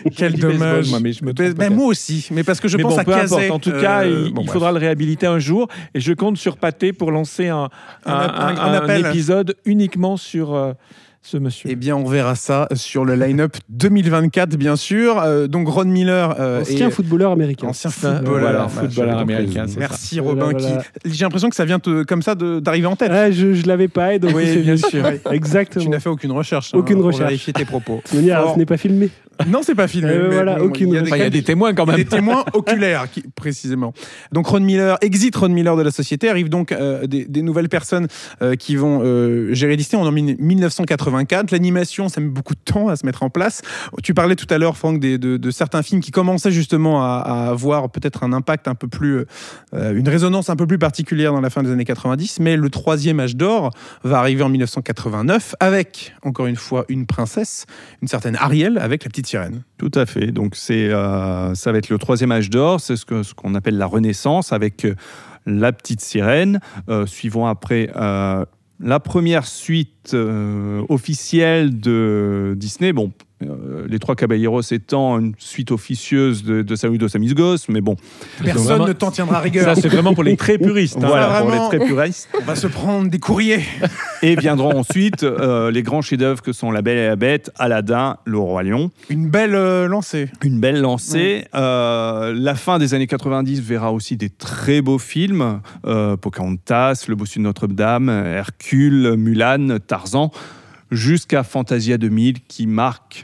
Quel dis dommage. baseball, moi, mais je me trompe Ben, ben, peut-être. moi aussi, mais parce que je mais pense bon, à peu importe. Cazet. En tout cas, euh, il, bon, il bref. faudra le réhabiliter un jour. Et je compte sur Pathé pour lancer un, Un- un, un- un- un un appel. épisode uniquement sur euh, ce monsieur. Eh bien, on verra ça sur le line-up deux mille vingt-quatre, bien sûr. Euh, donc, Ron Miller. euh, Ancien est- footballeur américain. Ancien Ça, footballeur. voilà, Bah, footballeur j'avais donc américain, raison. c'est Merci ça. Robin. Voilà, voilà. Qui... J'ai l'impression que ça vient te- comme ça de- d'arriver en tête. Ah, je ne l'avais pas, et donc Oui, c'est bien venu. sûr. Exactement. Tu n'as fait aucune recherche. Aucune pour recherche. vérifier tes propos. Je veux dire, Fort. ce n'est pas filmé. Non, c'est pas filmé. Euh, mais voilà, bon, aucune il y a des, recherche. Enfin, il y a des témoins quand il y a même. des témoins oculaires, qui, précisément. Donc Ron Miller, exit Ron Miller de la société, arrivent donc euh, des, des nouvelles personnes euh, qui vont euh, gérer Disney. On est en mille neuf cent quatre-vingt-quatre. L'animation, ça met beaucoup de temps à se mettre en place. Tu parlais tout à l'heure, Franck, des, de, de certains films qui commençaient justement à, à avoir peut-être un impact un peu plus, euh, une résonance un peu plus particulière dans la fin des années quatre-vingt-dix. Mais le troisième âge d'or va arriver en mille neuf cent quatre-vingt-neuf avec, encore une fois, une princesse, une certaine Ariel avec la petite sirène. Tout à fait. Donc c'est, euh, ça va être le troisième âge d'or. C'est ce, que, ce qu'on appelle la Renaissance avec euh, la petite sirène. Euh, suivant après euh, la première suite euh, officielle de Disney. Bon, euh, les Trois Caballeros étant une suite officieuse de, de Saludos Amigos, mais bon. Personne vraiment- ne t'en tiendra rigueur. Ça, c'est vraiment pour les très puristes. hein. Voilà, pour vraiment- les très puristes. On va se prendre des courriers. Et viendront ensuite euh, les grands chefs-d'œuvre que sont La Belle et la Bête, Aladdin, Le Roi Lion. Une belle euh, lancée. Une belle lancée. Euh, la fin des années quatre-vingt-dix verra aussi des très beaux films. Euh, Pocahontas, Le Bossu de Notre-Dame, Hercule, Mulan, Tarzan, jusqu'à Fantasia deux mille qui marque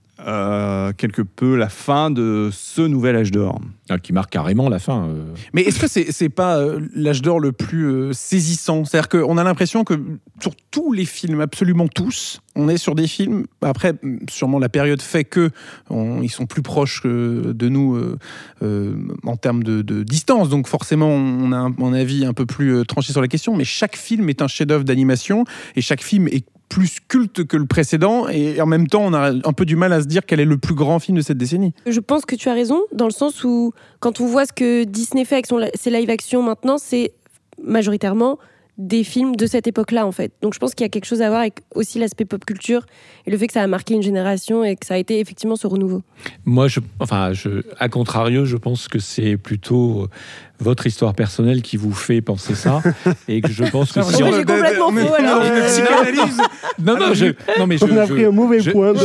euh, quelque peu la fin de ce nouvel âge d'or. Ah, qui marque carrément la fin. euh. Mais est-ce que c'est c'est pas euh, l'âge d'or le plus euh, saisissant? C'est-à-dire qu'on a l'impression que sur tous les films, absolument tous, on est sur des films. Après, sûrement la période fait que on- ils sont plus proches que de nous euh, euh, en termes de, de distance. Donc forcément, on a un, un avis un peu plus euh, tranché sur la question. Mais chaque film est un chef-d'œuvre d'animation et chaque film est plus culte que le précédent. Et en même temps, on a un peu du mal à se dire quel est le plus grand film de cette décennie. Je pense que tu as raison, dans le sens où, quand on voit ce que Disney fait avec son, ses live-action maintenant, c'est majoritairement des films de cette époque-là, en fait. Donc je pense qu'il y a quelque chose à voir avec aussi l'aspect pop culture et le fait que ça a marqué une génération et que ça a été effectivement ce renouveau. Moi, je, enfin, je, à contrario, je pense que c'est plutôt votre histoire personnelle qui vous fait penser ça, et que je pense que Oh, si mais on... j'ai complètement on est faux, alors. dans une psychanalyse. Non, non, je, non, mais je, On a je- pris un mauvais je- point.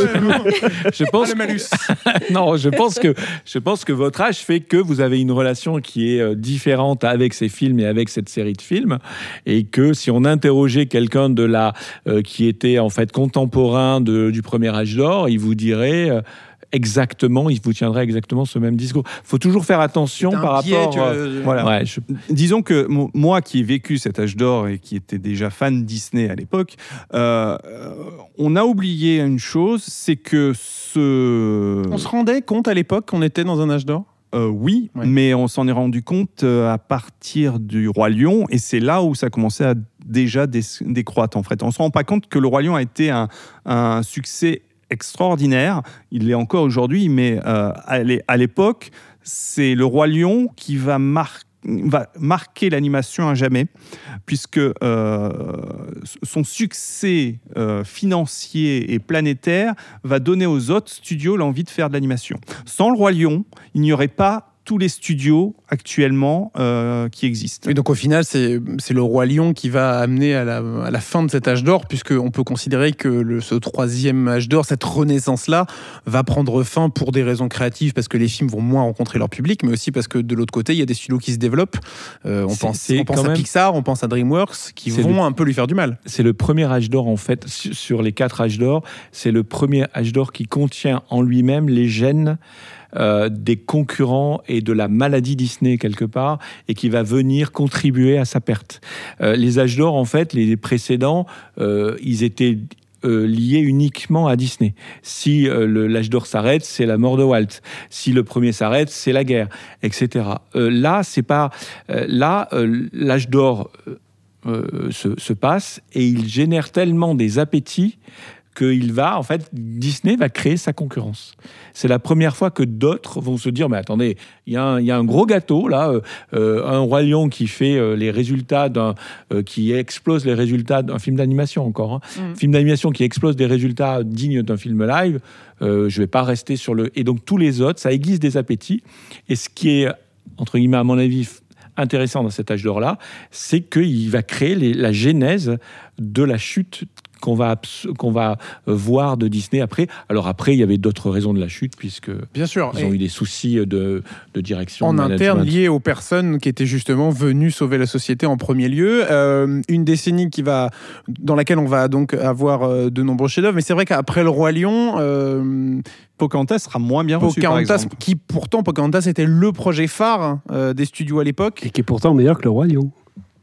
je pense, Ah, le malus. non, je pense que je pense que votre âge fait que vous avez une relation qui est euh, différente avec ces films et avec cette série de films, et que si on interrogeait quelqu'un de là euh, qui était en fait contemporain de, du premier âge d'or, il vous dirait euh, exactement, il vous tiendrait exactement ce même discours. Il faut toujours faire attention T'as un par biais, rapport. tu- euh, Voilà. ouais, je- Disons que mo- moi qui ai vécu cet âge d'or et qui était déjà fan Disney à l'époque, euh, euh, on a oublié une chose, c'est que ce... On se rendait compte à l'époque qu'on était dans un âge d'or? Euh, oui, Ouais. mais on s'en est rendu compte euh, à partir du Roi Lion, et c'est là où ça commençait à déjà dé- décroître en fait. On ne se rend pas compte que le Roi Lion a été un, un succès extraordinaire. Il l'est encore aujourd'hui, mais euh, à l'é- à l'époque, c'est le Roi Lion qui va, mar- va marquer l'animation à jamais, puisque euh, son succès euh, financier et planétaire va donner aux autres studios l'envie de faire de l'animation. Sans le Roi Lion, il n'y aurait pas tous les studios actuellement euh, qui existent. Et donc au final, c'est c'est le Roi Lion qui va amener à la, à la fin de cet âge d'or, puisqu'on peut considérer que le, ce troisième âge d'or, cette renaissance-là, va prendre fin pour des raisons créatives, parce que les films vont moins rencontrer leur public, mais aussi parce que de l'autre côté, il y a des studios qui se développent. Euh, on C'est- pense, c'est on pense quand à même- Pixar, on pense à DreamWorks, qui C'est vont le- un peu lui faire du mal. c'est le premier âge d'or en fait su- sur les quatre âges d'or. C'est le premier âge d'or qui contient en lui-même les gènes euh, des concurrents et de la maladie Disney quelque part, et qui va venir contribuer à sa perte. Euh, les âges d'or en fait, les précédents, euh, ils étaient euh, liés uniquement à Disney. Si euh, le- l'âge d'or s'arrête, c'est la mort de Walt. Si le premier s'arrête, c'est la guerre, et cetera. Euh, là, c'est pas euh, là euh, l'âge d'or. Euh, se, se passe, et il génère tellement des appétits qu'il va, en fait, Disney va créer sa concurrence. C'est la première fois que d'autres vont se dire, mais attendez, il y, y a un gros gâteau, là, euh, un Roi Lion qui fait euh, les résultats d'un... Euh, qui explose les résultats d'un film d'animation encore. Hein. Mm. Film d'animation qui explose des résultats dignes d'un film live, euh, je ne vais pas rester sur le... Et donc, tous les autres, ça aiguise des appétits. Et ce qui est, entre guillemets, à mon avis, intéressant dans cet âge d'or-là, c'est qu'il va créer les, la genèse de la chute qu'on va, qu'on va voir de Disney après. Alors après, il y avait d'autres raisons de la chute, puisque bien sûr, ils ont eu des soucis de, de direction. En de interne, liés aux personnes qui étaient justement venues sauver la société en premier lieu. Euh, une décennie qui va, dans laquelle on va donc avoir euh, de nombreux chefs-d'œuvre. Mais c'est vrai qu'après Le Roi Lion... Euh, Pocahontas sera moins bien reçu, Pocahontas, par exemple. Qui pourtant, Pocahontas était le projet phare euh, des studios à l'époque. Et qui est pourtant meilleur que Le Roi Lion.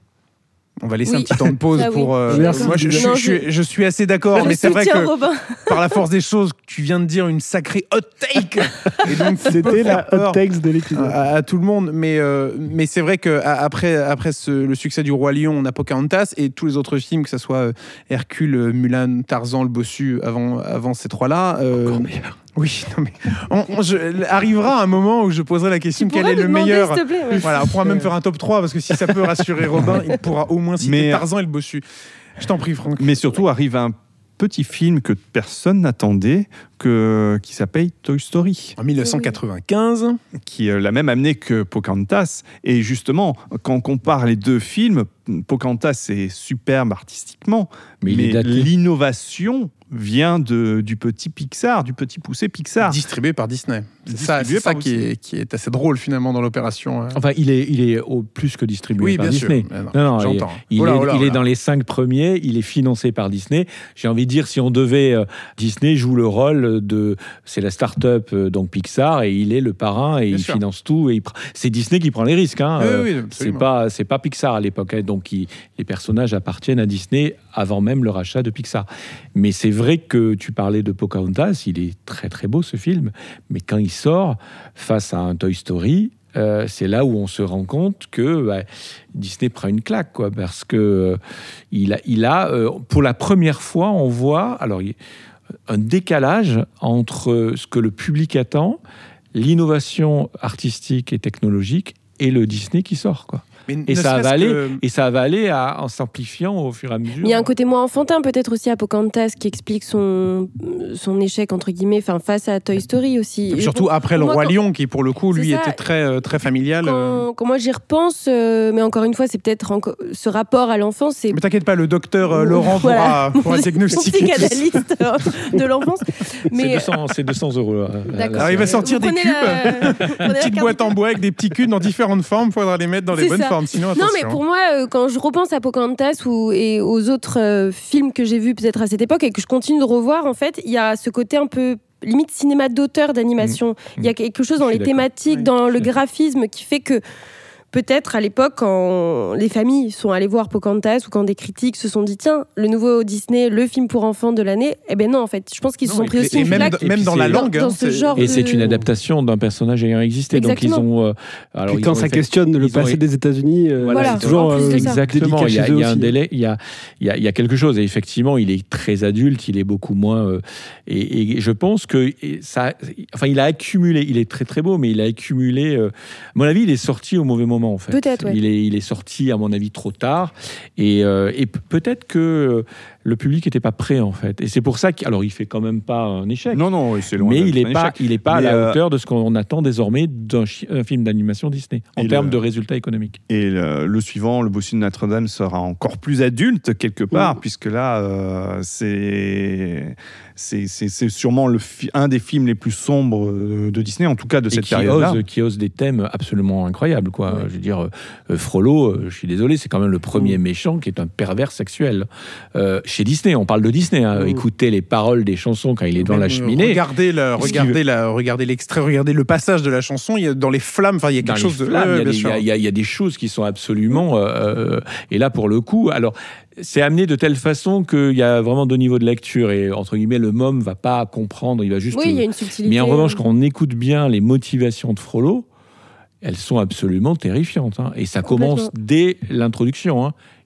On va laisser oui. un petit temps de pause ah, pour. Oui. Euh, Merci. moi, je, je, non, je, je, je suis assez d'accord, je mais c'est vrai que Robin. par la force des choses, tu viens de dire une sacrée hot take. Et donc, c'était la hot take de l'épisode à, à tout le monde. Mais euh, mais c'est vrai que après après ce, le succès du Roi Lion, on a Pocahontas et tous les autres films, que ce soit euh, Hercule, Mulan, Tarzan, le Bossu, avant avant ces trois-là. Euh, Encore meilleur. Oui, non mais on, on, je, arrivera un moment où je poserai la question tu quel est le demander, meilleur. s'il te plaît, ouais. Voilà, on pourra même faire un top trois parce que si ça peut rassurer Robin, il pourra au moins citer mais, Tarzan et le Bossu. Je t'en prie, Franck. Mais surtout arrive un petit film que personne n'attendait, que, qui s'appelle Toy Story. En dix-neuf cent quatre-vingt-quinze. Qui euh, l'a même amené que Pocahontas. Et justement, quand on compare les deux films, Pocahontas c'est superbe artistiquement, mais, mais l'innovation vient de, du petit Pixar, du petit poussé Pixar. Distribué par Disney. C'est ça, c'est ça qui, est, qui est assez drôle finalement dans l'opération. Enfin, il est, il est au plus que distribué oui, par bien Disney. Sûr. Non, non, non, j'entends. Il, il, oh là, est, oh là, il oh est dans les cinq premiers, il est financé par Disney. J'ai envie de dire, si on devait... Euh, Disney joue le rôle de... C'est la start-up, euh, donc Pixar, et il est le parrain, et bien il sûr. finance tout. Et il, c'est Disney qui prend les risques. Hein. Oui, euh, oui, c'est, pas, c'est pas Pixar à l'époque. Hein. Donc, il, les personnages appartiennent à Disney avant même le rachat de Pixar. Mais c'est vrai que tu parlais de Pocahontas, il est très très beau ce film, mais quand il sort face à un Toy Story, euh, c'est là où on se rend compte que bah, Disney prend une claque, quoi, parce que euh, il a, il a euh, pour la première fois, on voit alors il, un décalage entre ce que le public attend, l'innovation artistique et technologique, et le Disney qui sort, quoi. Mais et, ça va aller, que... et ça va aller à, en s'amplifiant au fur et à mesure. Il y a un côté moins enfantin peut-être aussi à Pocahontas qui explique son, son échec entre guillemets face à Toy Story aussi. Surtout pour, après pour Le moi, Roi quand... Lion qui pour le coup lui ça. était très, très familial. Quand, quand moi j'y repense, euh, mais encore une fois c'est peut-être encore, ce rapport à l'enfance. C'est... Mais t'inquiète pas, le docteur euh, Laurent voilà. pourra, pourra diagnostiquer. Mon psychanalyste de l'enfance. Mais... C'est, deux cents, c'est deux cents euros. Là. D'accord. Alors il va sortir Vous des cubes, la... une petite boîte en bois avec des petits cubes dans différentes formes, il faudra les mettre dans les c'est bonnes ça. formes. Sinon, attention. Non mais pour moi, euh, quand je repense à Pocahontas ou, et aux autres euh, films que j'ai vus peut-être à cette époque et que je continue de revoir, en fait, il y a ce côté un peu limite cinéma d'auteur d'animation. Il mmh. y a quelque chose dans les d'accord. thématiques, oui, dans le graphisme qui fait que peut-être à l'époque, quand les familles sont allées voir Pocahontas ou quand des critiques se sont dit tiens, le nouveau Disney, le film pour enfants de l'année, eh ben non, en fait, je pense qu'ils se sont pris aussi une même, claque. Même dans la langue. Dans, dans c'est... ce genre et de... c'est une adaptation d'un personnage ayant existé. Exactement. Donc ils ont. Euh, alors, Puis quand ça fait... questionne le passé ont... des États-Unis, euh, voilà, c'est toujours euh, exactement. Il y a, il y a un délai, il y a, il y a, il y a quelque chose. Et effectivement, il est très adulte, il est beaucoup moins. Euh, et, et je pense que ça, enfin, il a accumulé. Il est très très beau, mais il a accumulé. Euh, à mon avis, il est sorti au mauvais moment en fait. Peut-être. Ouais. Il est, il est sorti, à mon avis, trop tard. Et, euh, et p- peut-être que le public n'était pas prêt, en fait. Et c'est pour ça qu'il alors, il fait quand même pas un échec. Non, non, c'est loin. Mais il n'est pas, il est pas mais à la euh... hauteur de ce qu'on attend désormais d'un chi- un film d'animation Disney, en et termes le... de résultats économiques. Et le, le suivant, Le Bossu de Notre-Dame, sera encore plus adulte, quelque part, mmh. puisque là, euh, c'est... C'est, c'est, c'est sûrement le fi- un des films les plus sombres de Disney, en tout cas de cette qui période-là. Ose, qui ose des thèmes absolument incroyables, quoi. Ouais. Je veux dire, euh, Frollo, euh, je suis désolé, c'est quand même le premier mmh. méchant qui est un pervers sexuel. Euh, chez Disney, on parle de Disney. Hein. Mmh. Écoutez les paroles des chansons quand il est devant la cheminée. Regardez, la, regardez, la, regardez l'extrait, regardez le passage de la chanson. Il y a, dans les flammes, il y a quelque dans chose de. Flammes, ouais, il, y a, il, y a, il y a des choses qui sont absolument. Euh, et là, pour le coup, alors. C'est amené de telle façon qu'il y a vraiment deux niveaux de lecture et entre guillemets le môme va pas comprendre, il va juste. Oui, il y a une subtilité. Mais en revanche, quand on écoute bien les motivations de Frollo, elles sont absolument terrifiantes. Hein. Et ça commence dès l'introduction. Hein.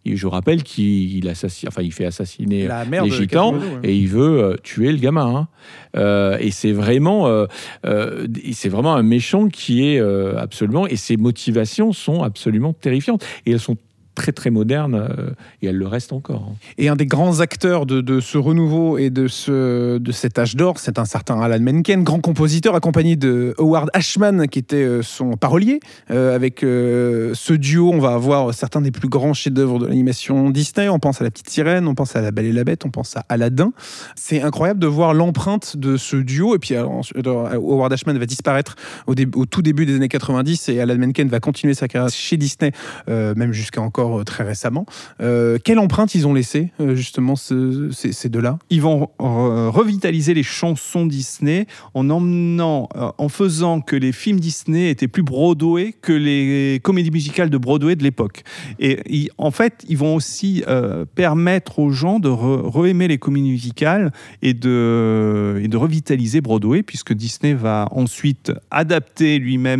Et je rappelle qu'il il assassine, enfin, il fait assassiner La mère les de gitans Quasimodo, ouais. et il veut euh, tuer le gamin. Hein. Euh, et c'est vraiment, euh, euh, c'est vraiment un méchant qui est euh, absolument, et ses motivations sont absolument terrifiantes. Et elles sont très très moderne euh, et elle le reste encore. Et un des grands acteurs de, de ce renouveau et de, ce, de cet âge d'or, c'est un certain Alan Menken, grand compositeur accompagné de Howard Ashman qui était euh, son parolier. Euh, avec euh, ce duo, on va avoir certains des plus grands chefs-d'œuvre de l'animation Disney. On pense à La Petite Sirène, on pense à La Belle et la Bête, on pense à Aladdin. C'est incroyable de voir l'empreinte de ce duo. Et puis alors, Howard Ashman va disparaître au, dé- au tout début des années quatre-vingt-dix et Alan Menken va continuer sa carrière chez Disney, euh, même jusqu'à encore très récemment. Euh, quelle empreinte ils ont laissé, euh, justement, ce, ces, ces deux-là ? Ils vont re- revitaliser les chansons Disney en emmenant, euh, en faisant que les films Disney étaient plus Broadway que les comédies musicales de Broadway de l'époque. Et ils, en fait, ils vont aussi euh, permettre aux gens de re- re-aimer les comédies musicales et de, et de revitaliser Broadway, puisque Disney va ensuite adapter lui-même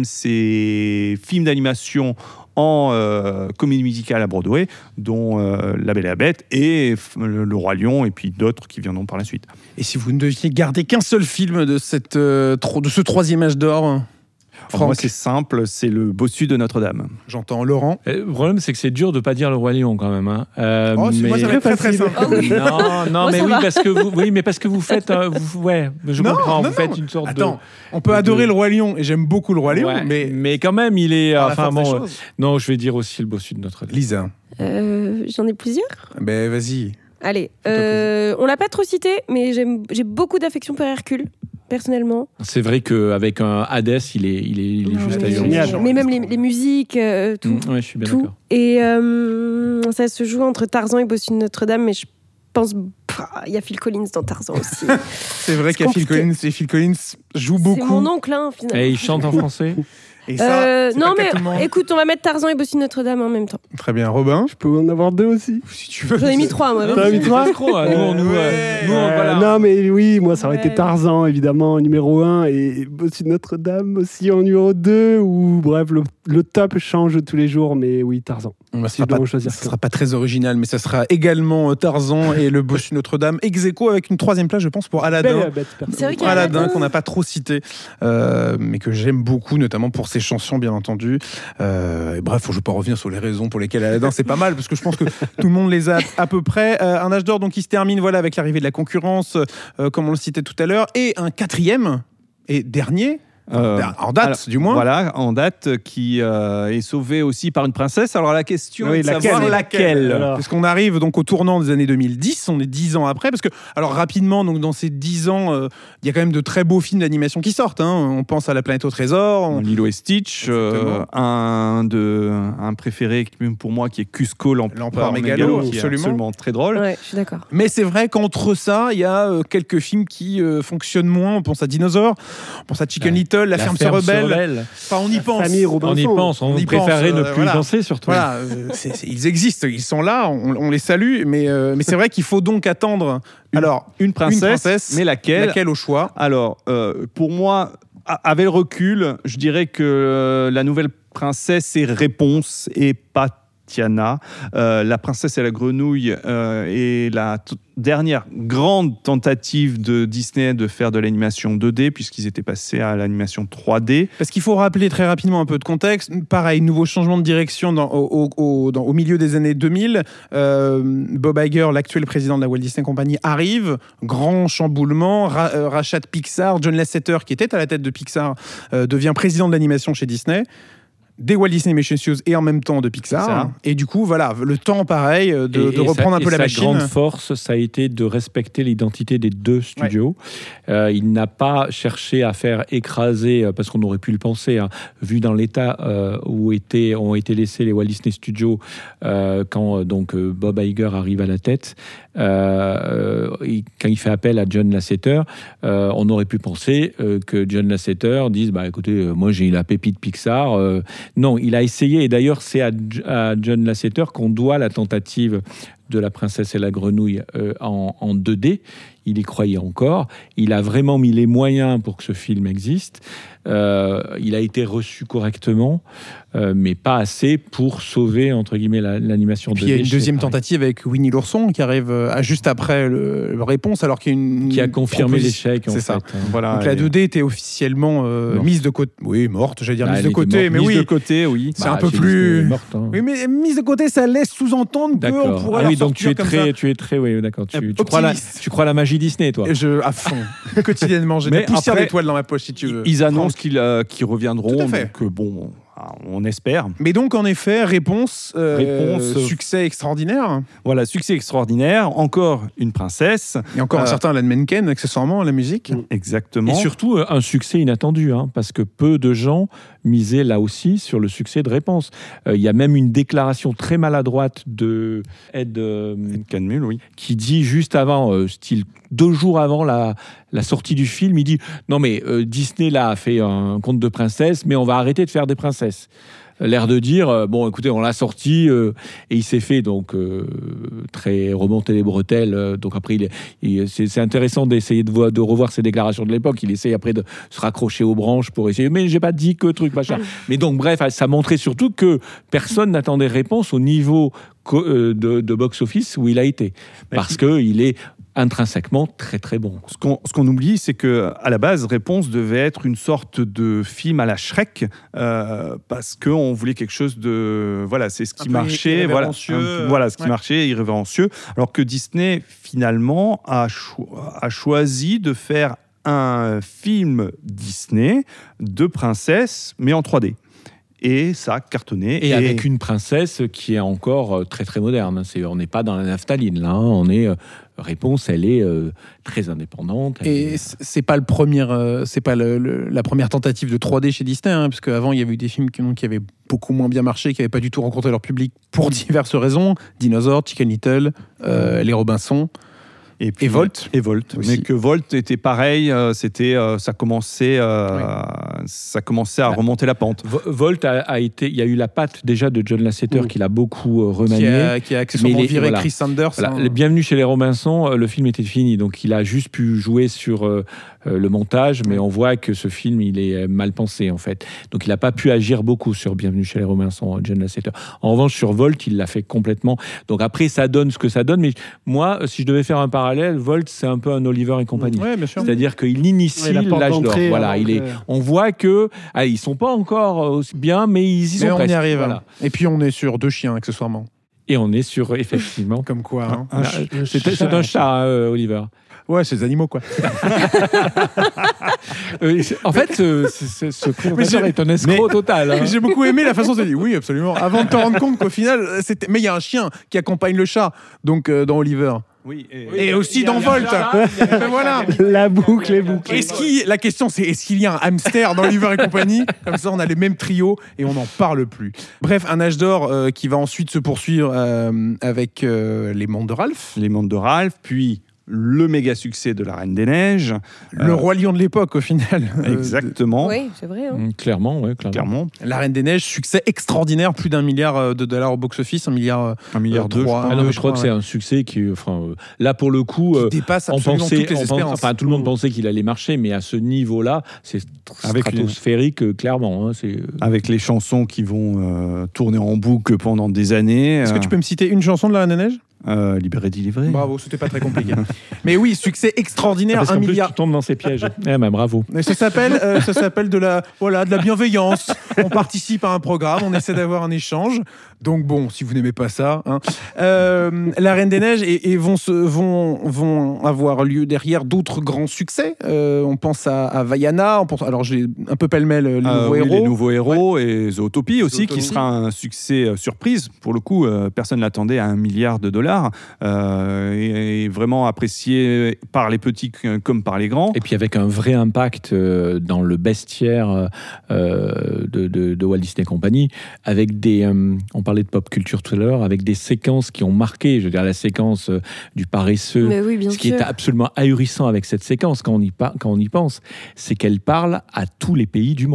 ses films d'animation en euh, comédie musicale à Broadway, dont euh, La Belle et la Bête et Le, Le Roi Lion, et puis d'autres qui viendront par la suite. Et si vous ne deviez garder qu'un seul film de, cette, euh, tro- de ce troisième âge d'or, Franck. Moi, c'est simple, c'est Le Bossu de Notre-Dame. J'entends Laurent. Le problème, c'est que c'est dur de ne pas dire Le Roi Lion quand même. Hein. Euh, Oh, mais... moi, ça va être très très simple. Oh, oui. Non, non, Moi, mais ça oui, va. parce que vous, oui, mais parce que vous faites, euh, vous, ouais, je Non, comprends, non, vous faites non. une sorte Attends, de. on peut de- adorer Le Roi Lion, et j'aime beaucoup Le Roi Lion, Ouais, mais... mais quand même, il est. par la Enfin force des bon, euh, choses. non, je vais dire aussi Le Bossu de Notre-Dame. Lisa, Euh, J'en ai plusieurs. ben vas-y. Allez, euh, on l'a pas trop cité, mais j'aime- j'ai beaucoup d'affection pour Hercule, personnellement. C'est vrai qu'avec un Hadès, il est, il est, il est Non, juste mais, ailleurs. génial. mais même les, les musiques, euh, tout. Mm, ouais, je suis bien tout. d'accord. Et euh, ça se joue entre Tarzan et Bossu de Notre-Dame, mais je pense. pff, Il y a Phil Collins dans Tarzan aussi. C'est vrai C'est qu'il y a Phil compliqué. Collins, et Phil Collins joue C'est beaucoup. mon oncle, hein, finalement. Et il chante en français. Et ça, Euh, c'est non, pas mais qu'à tout le monde. écoute, on va mettre Tarzan et Bossu de Notre-Dame en même temps. Très bien, Robin, Je peux en avoir deux aussi. si tu veux. J'en ai mis trois, moi. T'en as mis trois Trop, hein. Nous, on- nous, euh, nous, on- Euh, voilà. Non, mais oui, moi, ça aurait Ouais. été Tarzan, évidemment, numéro un, et Bossu de Notre-Dame aussi en numéro deux, ou bref, le, le top change tous les jours, mais oui, Tarzan. Bah, Si ce je sera dois pas, en choisir ce qu'un. sera pas très original, mais ça sera également euh, Tarzan et le Bossu Notre-Dame, ex aequo avec une troisième place, je pense, pour Belle et Aladdin. la Bête, personne. C'est vrai qu'il y a Aladdin, Aladdin. qu'on n'a pas trop cité, euh, mais que j'aime beaucoup, notamment pour ses chansons, bien entendu. Euh, et bref, je ne vais pas revenir sur les raisons pour lesquelles Aladdin, c'est pas mal, parce que je pense que tout le monde les a à peu près. Euh, un âge d'or donc, qui se termine voilà, avec l'arrivée de la concurrence, euh, comme on le citait tout à l'heure, et un quatrième et dernier, Euh, en date alors, du moins. Voilà, en date, qui euh, est sauvé aussi par une princesse. Alors la question Oui, est de laquelle savoir laquelle. Alors. Parce qu'on arrive donc au tournant des années deux mille dix, on est dix ans après, parce que, alors rapidement, donc dans ces dix ans, euh, il y a quand même de très beaux films d'animation qui sortent. Hein. On pense à La Planète au Trésor. on- Lilo et Stitch, euh, Exactement. un, de, un préféré pour moi qui est Cusco, l'empereur L'Empereur mégalo, mégalo, qui absolument. est absolument très drôle. Ouais, je suis d'accord. Mais c'est vrai qu'entre ça, il y a euh, quelques films qui euh, fonctionnent moins. On pense à Dinosaur, on pense à Chicken La- Little, La, Ferme, se rebelle. Enfin, on y pense. Famille Robinson. On y pense, on, On y préférait pense, ne euh, plus voilà. y penser surtout. Voilà, euh, c'est- c'est- ils existent, ils sont là, on, on les salue, mais, euh, mais c'est vrai qu'il faut donc attendre. Une- Alors, Une princesse, une princesse, mais laquelle, laquelle au choix? Alors, euh, pour moi, a- avec le recul, je dirais que euh, la nouvelle princesse, c'est Réponse et pas Tiana. Euh, la princesse et la grenouille euh, est la t- dernière grande tentative de Disney de faire de l'animation deux D, puisqu'ils étaient passés à l'animation trois D. Parce qu'il faut rappeler très rapidement un peu de contexte. Pareil, nouveau changement de direction dans, au, au- au- dans- au milieu des années deux mille. Euh, Bob Iger, l'actuel président de la Walt Disney Company, arrive. Grand chamboulement. Ra- euh, rachat de Pixar. John Lasseter, qui était à la tête de Pixar, euh, devient président de l'animation chez Disney. Des Walt Disney Animation Studios et en même temps de Pixar. Pixar. Et du coup, voilà, le temps pareil euh, de, Et- de et reprendre sa- un peu et la sa machine. grande force, ça a été de respecter l'identité des deux studios. Euh, il n'a pas cherché à faire écraser, euh, parce qu'on aurait pu le penser, hein, vu dans l'état euh, où étaient, ont été laissés les Walt Disney Studios euh, quand euh, donc euh, Bob Iger arrive à la tête. Euh, il- quand il fait appel à John Lasseter, euh, on aurait pu penser euh, que John Lasseter dise bah écoutez, euh, moi j'ai la pépite Pixar. Euh, non, il a essayé, et d'ailleurs c'est à, à John Lasseter qu'on doit la tentative de La Princesse et la Grenouille euh, en, en deux D. Il y croyait encore. Il a vraiment mis les moyens pour que ce film existe. Euh, il a été reçu correctement, euh, mais pas assez pour sauver, entre guillemets, la, l'animation Puis deux D. il y a une deuxième Paris. tentative avec Winnie l'ourson qui arrive euh, juste après le, le réponse, alors qu'il y a une Qui a confirmé proposition. l'échec, en C'est fait. ça. Voilà, Donc la et- deux D était officiellement euh, Morte. mise de côté. Oui, morte, j'allais dire Bah, mise elle de était côté, morte. mais mise oui. de côté, oui. C'est un peu chez plus- Disney, morte, hein. Oui, mais mise de côté, ça laisse sous-entendre qu'on D'accord. pourrait Ah la oui, donc tu sortir es comme très, ça. tu es très, oui, d'accord. Tu, Euh, tu crois la, optimiste. tu crois la magie Disney, toi. Et je, à fond, quotidiennement, j'ai Mais des poussières après, d'étoiles dans ma poche, si tu veux. Ils annoncent qu'ils euh, qu'ils reviendront, Tout à fait. donc euh, bon, on espère. Mais donc, en effet, réponse, euh, Réponse, euh, succès extraordinaire. Voilà, succès extraordinaire, encore une princesse, Et encore un Euh, certain Alan Menken, accessoirement, à la musique. exactement. Et surtout, euh, un succès inattendu, hein, parce que peu de gens misaient là aussi sur le succès de Réponse. Euh, Il y a même une déclaration très maladroite de Ed euh, Canmule, oui. qui dit juste avant, euh, style deux jours avant la, la sortie du film, il dit « Non mais euh, Disney là a fait un conte de princesse, mais on va arrêter de faire des princesses ». L'air de dire, euh, bon écoutez, on l'a sorti, euh, et il s'est fait donc euh, très remonter les bretelles. euh, donc après, il est, il- c'est, c'est intéressant d'essayer de, voir- de revoir ses déclarations de l'époque. Il essaye après de se raccrocher aux branches pour essayer, mais j'ai pas dit que truc, machin. Mais donc bref, ça montrait surtout que personne n'attendait réponse au niveau co- euh, de, de box-office où il a été. Parce qu'il est intrinsèquement très très bon. Ce qu'on, ce qu'on oublie, c'est que à la base, Réponse devait être une sorte de film à la Shrek, euh, parce qu'on voulait quelque chose de, voilà, c'est ce qui Un peu marchait, voilà, irrévérencieux, un peu- voilà, ce qui ouais. marchait, irrévérencieux. Alors que Disney finalement a, cho- a choisi de faire un film Disney de princesse, mais en trois D. Et ça a cartonné. Et, avec une princesse qui est encore euh, très très moderne. C'est, on n'est pas dans la naphtaline là. hein. On est euh, réponse, elle est euh, très indépendante. elle Et est- c- c'est pas le premier, euh, c'est pas le- le- la première tentative de trois D chez Disney, hein, parce qu'avant il y avait eu des films qui, qui avaient beaucoup moins bien marché, qui n'avaient pas du tout rencontré leur public pour diverses raisons. Dinosaur, Chicken Little, euh, Les Robinson. Et, puis, Et Volt. Et Volt. Aussi. Mais que Volt était pareil, euh, c'était, euh, ça commençait, euh, ça commençait à Bah, remonter la pente. Vo- Volt a, a été. Il y a eu la patte déjà de John Lasseter Mm. qui l'a beaucoup euh, Qui remanié. a, qui a accessoirement Mais les- viré voilà. Chris Sanders. Voilà. hein. Le Bienvenue chez les Robinson, euh, le film était fini, donc il a juste pu jouer sur euh, euh, le montage, mais on voit que ce film il est euh, mal pensé en fait. Donc il n'a pas pu agir beaucoup sur Bienvenue chez les Robinson, John Lasseter. En revanche sur Volt, il l'a fait complètement. Donc après ça donne ce que ça donne, mais moi si je devais faire un parallèle, Volt c'est un peu un Oliver et compagnie. Ouais, bien sûr. C'est-à-dire qu'il initie Ouais, la porte l'âge d'or. d'entrée, Voilà, avant il est. que- On voit que ah, ils sont pas encore aussi bien, mais ils y sont Mais on presque. y arrive. Voilà. hein. Et puis on est sur deux chiens accessoirement. Et on est sur effectivement. Comme quoi. hein. Un Ah, ch- c'est, c'est un chat, euh, Oliver. Ouais, c'est des animaux quoi. Euh, c'est- en fait, ce, ce, ce présentateur j'ai- est un escroc total. hein. J'ai beaucoup aimé la façon dont tu as dit oui, absolument. Avant de te rendre compte qu'au final, c'était. Mais il y a un chien qui accompagne le chat, donc euh, dans Oliver. Oui, Et aussi dans Volt. Ben voilà. La boucle est bouclée. Est-ce qu'il, la question c'est est-ce qu'il y a un hamster dans Oliver et compagnie? Comme ça on a les mêmes trios et on n'en parle plus. Bref, un âge d'or euh, qui va ensuite se poursuivre euh, avec euh, les mondes de Ralph. les mondes de Ralph, puis le méga succès de la Reine des Neiges. Le roi lion de l'époque au final. Euh, Exactement, Oui, c'est vrai. hein. Mm, Clairement, ouais, clairement. clairement. La Reine des Neiges, succès extraordinaire, plus d'un milliard euh, de dollars au box-office, un milliard euh, Un milliard Euh, deux, je trois, crois. Ah non, mais je je crois que crois, c'est un succès qui, enfin, euh, là pour le coup, qui euh, dépasse on absolument pensait, toutes les on pense- espérances. enfin tout le monde pensait qu'il allait marcher, mais à ce niveau-là, c'est Avec une- stratosphérique, euh, clairement. hein, c'est, euh, Avec les chansons qui vont euh, tourner en boucle pendant des années. Est-ce que tu peux me citer une chanson de la Reine des Neiges? euh, Libéré, délivré. Bravo, c'était pas très compliqué. Mais oui, succès extraordinaire, parce un qu'en plus, milliard. tu tombes dans ces pièges. Eh ben, bravo. Mais ça s'appelle, euh, ça s'appelle de la, voilà, de la bienveillance. On participe à un programme, on essaie d'avoir un échange. Donc bon, si vous n'aimez pas ça, hein. Euh, la Reine des Neiges et, et vont, se, vont, vont avoir lieu derrière d'autres grands succès. Euh, on pense à, à Vaiana, on pense, alors j'ai un peu pêle-mêle les Ah nouveaux oui, héros. les nouveaux héros et Zootopie aussi, Zootopie. qui sera un succès euh, surprise. Pour le coup, euh, personne ne l'attendait à un milliard de dollars. Euh, et, et vraiment apprécié par les petits c- comme par les grands. Et puis avec un vrai impact euh, dans le bestiaire euh, de, de, de Walt Disney Company, avec des, euh, on parlait de pop culture tout à l'heure, avec des séquences qui ont marqué, je veux dire la séquence euh, du paresseux. Mais oui, bien Ce qui sûr. est absolument ahurissant avec cette séquence, quand on y, par- quand on y pense, c'est qu'elle parle à tous les pays du monde.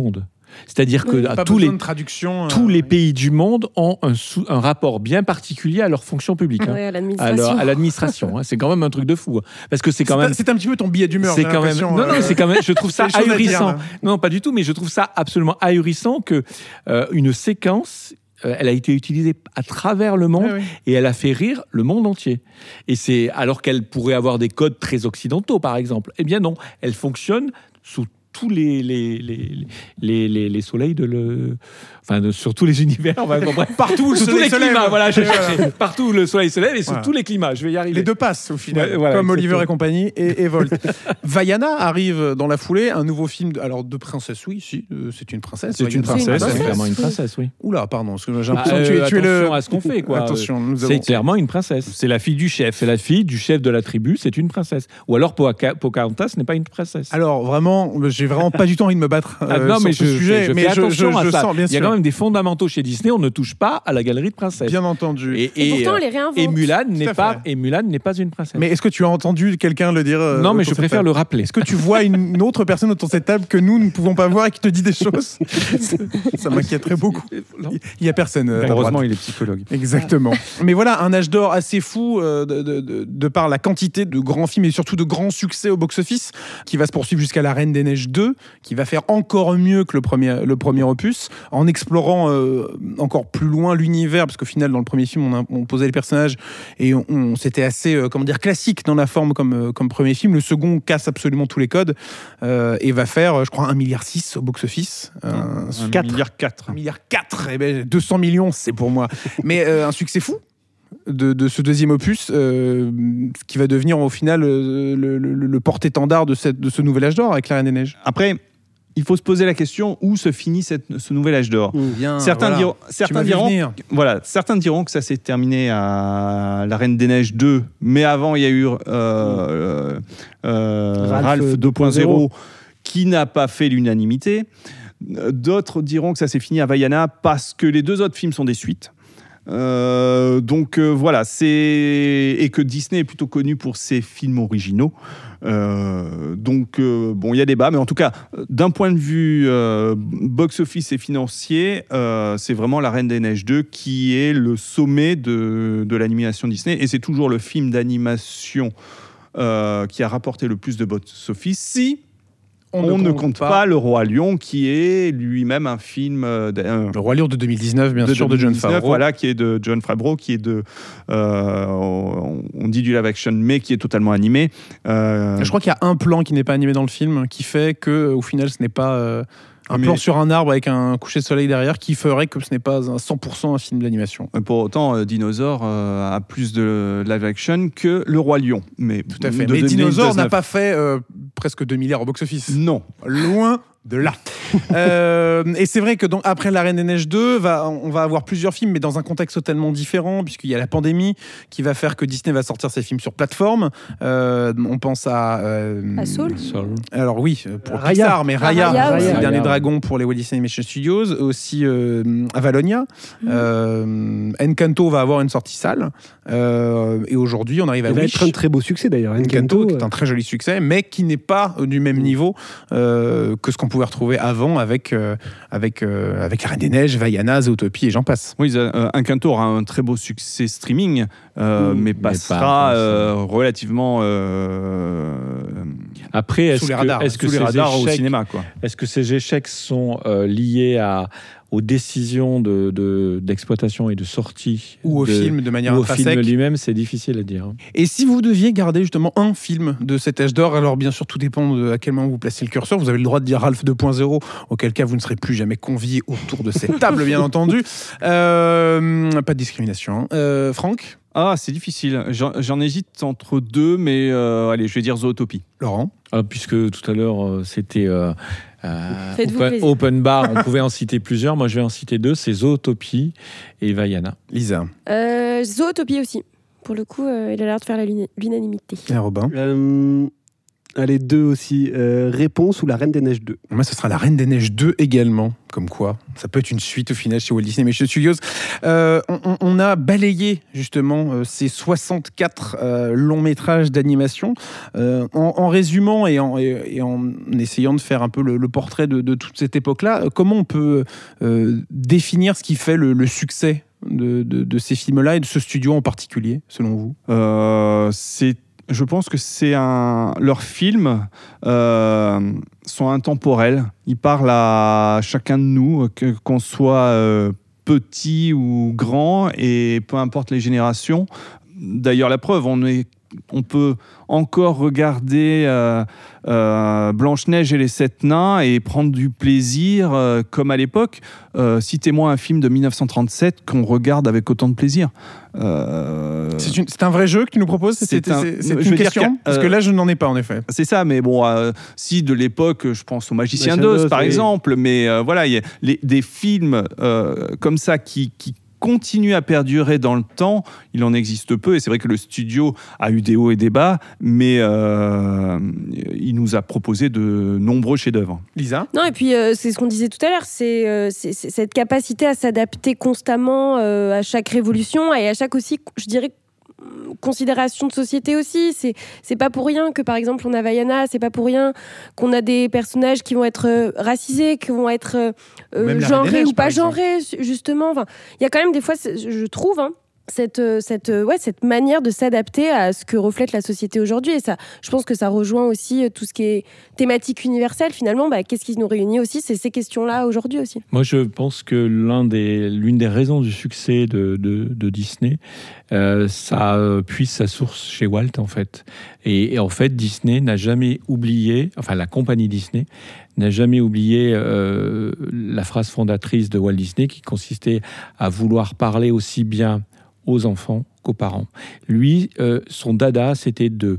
C'est-à-dire que Oui. à Pas tous besoin les de traduction. tous euh, les pays du monde ont un, sou- un rapport bien particulier à leur fonction publique. hein. Ouais, à À l'administration. leur- à l'administration, hein. C'est quand même un truc de fou. hein. Parce que c'est quand C'est même. un- c'est un petit peu ton billet d'humeur. C'est j'ai quand même. l'impression, Non, non, euh, c'est quand même. Je trouve ça c'est des choses à dire, ahurissant. là. Non, pas du tout, mais je trouve ça absolument ahurissant que euh, une séquence. euh, Elle a été utilisée à travers le monde Ouais, ouais. et elle a fait rire le monde entier. Et c'est alors qu'elle pourrait avoir des codes très occidentaux, par exemple. Eh bien non, elle fonctionne sous tous les les, les, les, les, les soleils de le, enfin de, sur tous les univers, on va comprendre. Partout où le Sous tous soleil les se lève. climats, voilà, je Voilà. cherchais. Partout où le soleil se lève et sur Voilà. tous les climats, je vais y arriver. Les deux passent au final, Ouais, voilà, comme Oliver exactement. et compagnie et, et Volt. Vaiana arrive dans la foulée, un nouveau film de, alors de princesse, oui, si, euh, c'est une princesse. C'est une Vaiana. princesse. C'est princesse. clairement une princesse, oui. Oula, pardon, parce que j'ai Ah, l'impression que euh, tu es, tu es le. attention à ce qu'on fait, quoi. Attention, nous C'est avons. clairement une princesse. C'est la fille du chef. C'est la fille du chef de la tribu, c'est une princesse. Ou alors Poca- Pocahontas n'est pas une princesse. Alors vraiment, j'ai vraiment pas du tout envie de me battre Ah, euh, non, sur mais ce je, sujet, je, je mais fais je, je, attention à je ça. sens bien Il y a sûr, quand même des fondamentaux chez Disney, on ne touche pas à la galerie de princesses. bien entendu. Et, Et et, pourtant, euh, elle les réinvente. et Mulan Tout n'est à pas fait. et Mulan n'est pas une princesse. Mais est-ce que tu as entendu quelqu'un le dire euh, non, mais autour je de cette préfère table le rappeler. Est-ce que tu vois une autre personne autour de cette table que nous ne pouvons pas voir et qui te dit des choses? Ça m'inquiéterait beaucoup. Non. Il y a personne. euh, à ta droite. Heureusement, il est psychologue. Exactement. Mais voilà, un âge d'or assez fou euh, de, de- de- de par la quantité de grands films et surtout de grands succès au box-office, qui va se poursuivre jusqu'à La Reine des Neiges deux, qui va faire encore mieux que le premier, le premier opus, en explorant euh, encore plus loin l'univers, parce qu'au final, dans le premier film, on, a- on posait les personnages et on, on- c'était assez, euh, comment dire, classique dans la forme comme, euh, comme premier film. Le second casse absolument tous les codes euh, et va faire, euh, je crois, un virgule six milliard au box-office. Euh, Un Quatre. milliard quatre. un milliard quatre, eh ben, deux cents millions, c'est pour moi. Mais euh, un succès fou de, de ce deuxième opus, euh, qui va devenir au final euh, le, le- le porte-étendard de, cette, de ce nouvel âge d'or avec La Reine des Neiges. Après, il faut se poser la question où se finit cette- ce nouvel âge d'or. Bien, Certains voilà. diront, Tu certains m'as vu diront, venir. voilà, certains diront que ça s'est terminé à La Reine des Neiges deux, mais avant il y a eu euh, euh, euh, Ralph Ralph deux point zéro qui n'a pas fait l'unanimité. D'autres diront que ça s'est fini à Vaiana parce que les deux autres films sont des suites. Euh, donc euh, voilà, c'est et que Disney est plutôt connu pour ses films originaux. Euh, donc euh, bon, il y a débat, mais en tout cas, d'un point de vue euh, box-office et financier, euh, c'est vraiment La Reine des Neiges deux qui est le sommet de, de l'animation Disney, et c'est toujours le film d'animation euh, qui a rapporté le plus de box-office. Si on, ne compte pas. Le Roi Lion, qui est lui-même un film euh, d'un- Le Roi Lion de deux mille dix-neuf, bien de sûr, de John deux mille dix-neuf, Favreau. voilà, qui est de John Favreau, qui est de, euh, on, on dit du live action, mais qui est totalement animé. Euh, Je crois qu'il y a un plan qui n'est pas animé dans le film, qui fait que au final, ce n'est pas euh, un Mais- plan sur un arbre avec un coucher de soleil derrière, qui ferait que ce n'est pas un cent pour cent un film d'animation. Pour autant, euh, Dinosaure euh, a plus de live action que Le Roi Lion. Mais, Tout à fait. de Mais Dinosaure n'a deux mille dix-neuf. pas fait euh, presque deux milliards au box-office. Non. Loin de là. Euh, et c'est vrai que donc, après La Reine des Neiges deux, va, on va avoir plusieurs films, mais dans un contexte totalement différent, puisqu'il y a la pandémie qui va faire que Disney va sortir ses films sur plateforme. Euh, on pense à... euh, À Soul. Alors oui, pour Raya. Pixar, mais Raya, Raya c'est aussi. le dernier Raya. dragon pour les Walt Disney Animation Studios, aussi euh, Avalonia. Euh, Encanto va avoir une sortie salle. Euh, et aujourd'hui, on arrive à Il va Wish. être un très beau succès d'ailleurs. Encanto, Encanto, qui est euh, un très joli succès, mais qui n'est pas du même niveau euh, que ce qu'on pouvait retrouver avant avec, euh, avec, euh, avec La Reine des Neiges, Vaiana, Zootopie et j'en passe. Oui, euh, Encanto aura un très beau succès streaming, euh, Mm. mais pas passera comme ça. euh, relativement euh, Après, est-ce Sous les que, radars, est-ce que sous les ces radars au échecs- cinéma, quoi. Est-ce que ces échecs sont euh, liés à, aux décisions de, de- d'exploitation et de sortie Ou au de- film de manière ou au intrinsèque. film lui-même, c'est difficile à dire. hein. Et si vous deviez garder justement un film de cet âge d'or, alors bien sûr tout dépend de à quel moment vous placez le curseur, vous avez le droit de dire Ralph deux point zéro, auquel cas vous ne serez plus jamais convié autour de cette table bien entendu. Euh, pas de discrimination. hein. Euh, Franck, Ah, c'est difficile. J'en, j'en hésite entre deux, mais euh, allez, je vais dire Zootopie. Laurent, Ah, puisque tout à l'heure, euh, c'était euh, euh, Faites-vous open, plaisir. open bar, on pouvait en citer plusieurs. Moi, je vais en citer deux, c'est Zootopie et Vaiana. Lisa Euh, Zootopie aussi. Pour le coup, euh, il a l'air de faire la luni- l'unanimité. et Robin. euh, Allez, deux aussi. Euh, Réponse ou La Reine des Neiges deux? Moi, ce sera La Reine des Neiges deux également. Comme quoi, ça peut être une suite au final chez Walt Disney Animation Studios. Euh, on, on a balayé justement euh, ces soixante-quatre euh, longs métrages d'animation euh, en, en résumant et en, et, et en essayant de faire un peu le, le portrait de, de toute cette époque-là. Comment on peut euh, définir ce qui fait le, le succès de, de, de ces films-là et de ce studio en particulier, selon vous? euh, C'est Je pense que c'est un. Leurs films euh, sont intemporels. Ils parlent à chacun de nous, que, qu'on soit euh, petit ou grand, et peu importe les générations. D'ailleurs, la preuve, on est. On peut encore regarder euh, euh, Blanche-Neige et les Sept Nains et prendre du plaisir euh, comme à l'époque. Euh, citez-moi un film de dix-neuf cent trente-sept qu'on regarde avec autant de plaisir. Euh... C'est, une, c'est un vrai jeu que tu nous proposes? C'est, c'est, un, c'est, c'est une question que, euh, Parce que là, je n'en ai pas, en effet. C'est ça, mais bon, euh, si de l'époque, je pense au Magicien d'Oz, par oui. exemple, mais euh, voilà, il y a les, des films euh, comme ça qui, qui continue à perdurer dans le temps, il en existe peu, et c'est vrai que le studio a eu des hauts et des bas, mais euh, il nous a proposé de nombreux chefs-d'œuvre. Lisa ? Non, et puis euh, c'est ce qu'on disait tout à l'heure, c'est, euh, c'est, c'est cette capacité à s'adapter constamment euh, à chaque révolution et à chaque aussi, je dirais, considération de société aussi. C'est, c'est pas pour rien que, par exemple, on a Vaiana, c'est pas pour rien qu'on a des personnages qui vont être euh, racisés, qui vont être euh, genrés neiges, ou pas genrés, justement. Enfin, il y a quand même des fois, je trouve, hein, cette, cette, ouais, cette manière de s'adapter à ce que reflète la société aujourd'hui. Et ça, je pense que ça rejoint aussi tout ce qui est thématique universelle. Finalement, bah, qu'est-ce qui nous réunit aussi? C'est ces questions-là aujourd'hui aussi. Moi, je pense que l'un des, l'une des raisons du succès de, de, de Disney, euh, ça puise sa source chez Walt, en fait. Et, et en fait, Disney n'a jamais oublié, enfin la compagnie Disney, n'a jamais oublié euh, la phrase fondatrice de Walt Disney qui consistait à vouloir parler aussi bien aux enfants qu'aux parents. Lui, euh, son dada, c'était de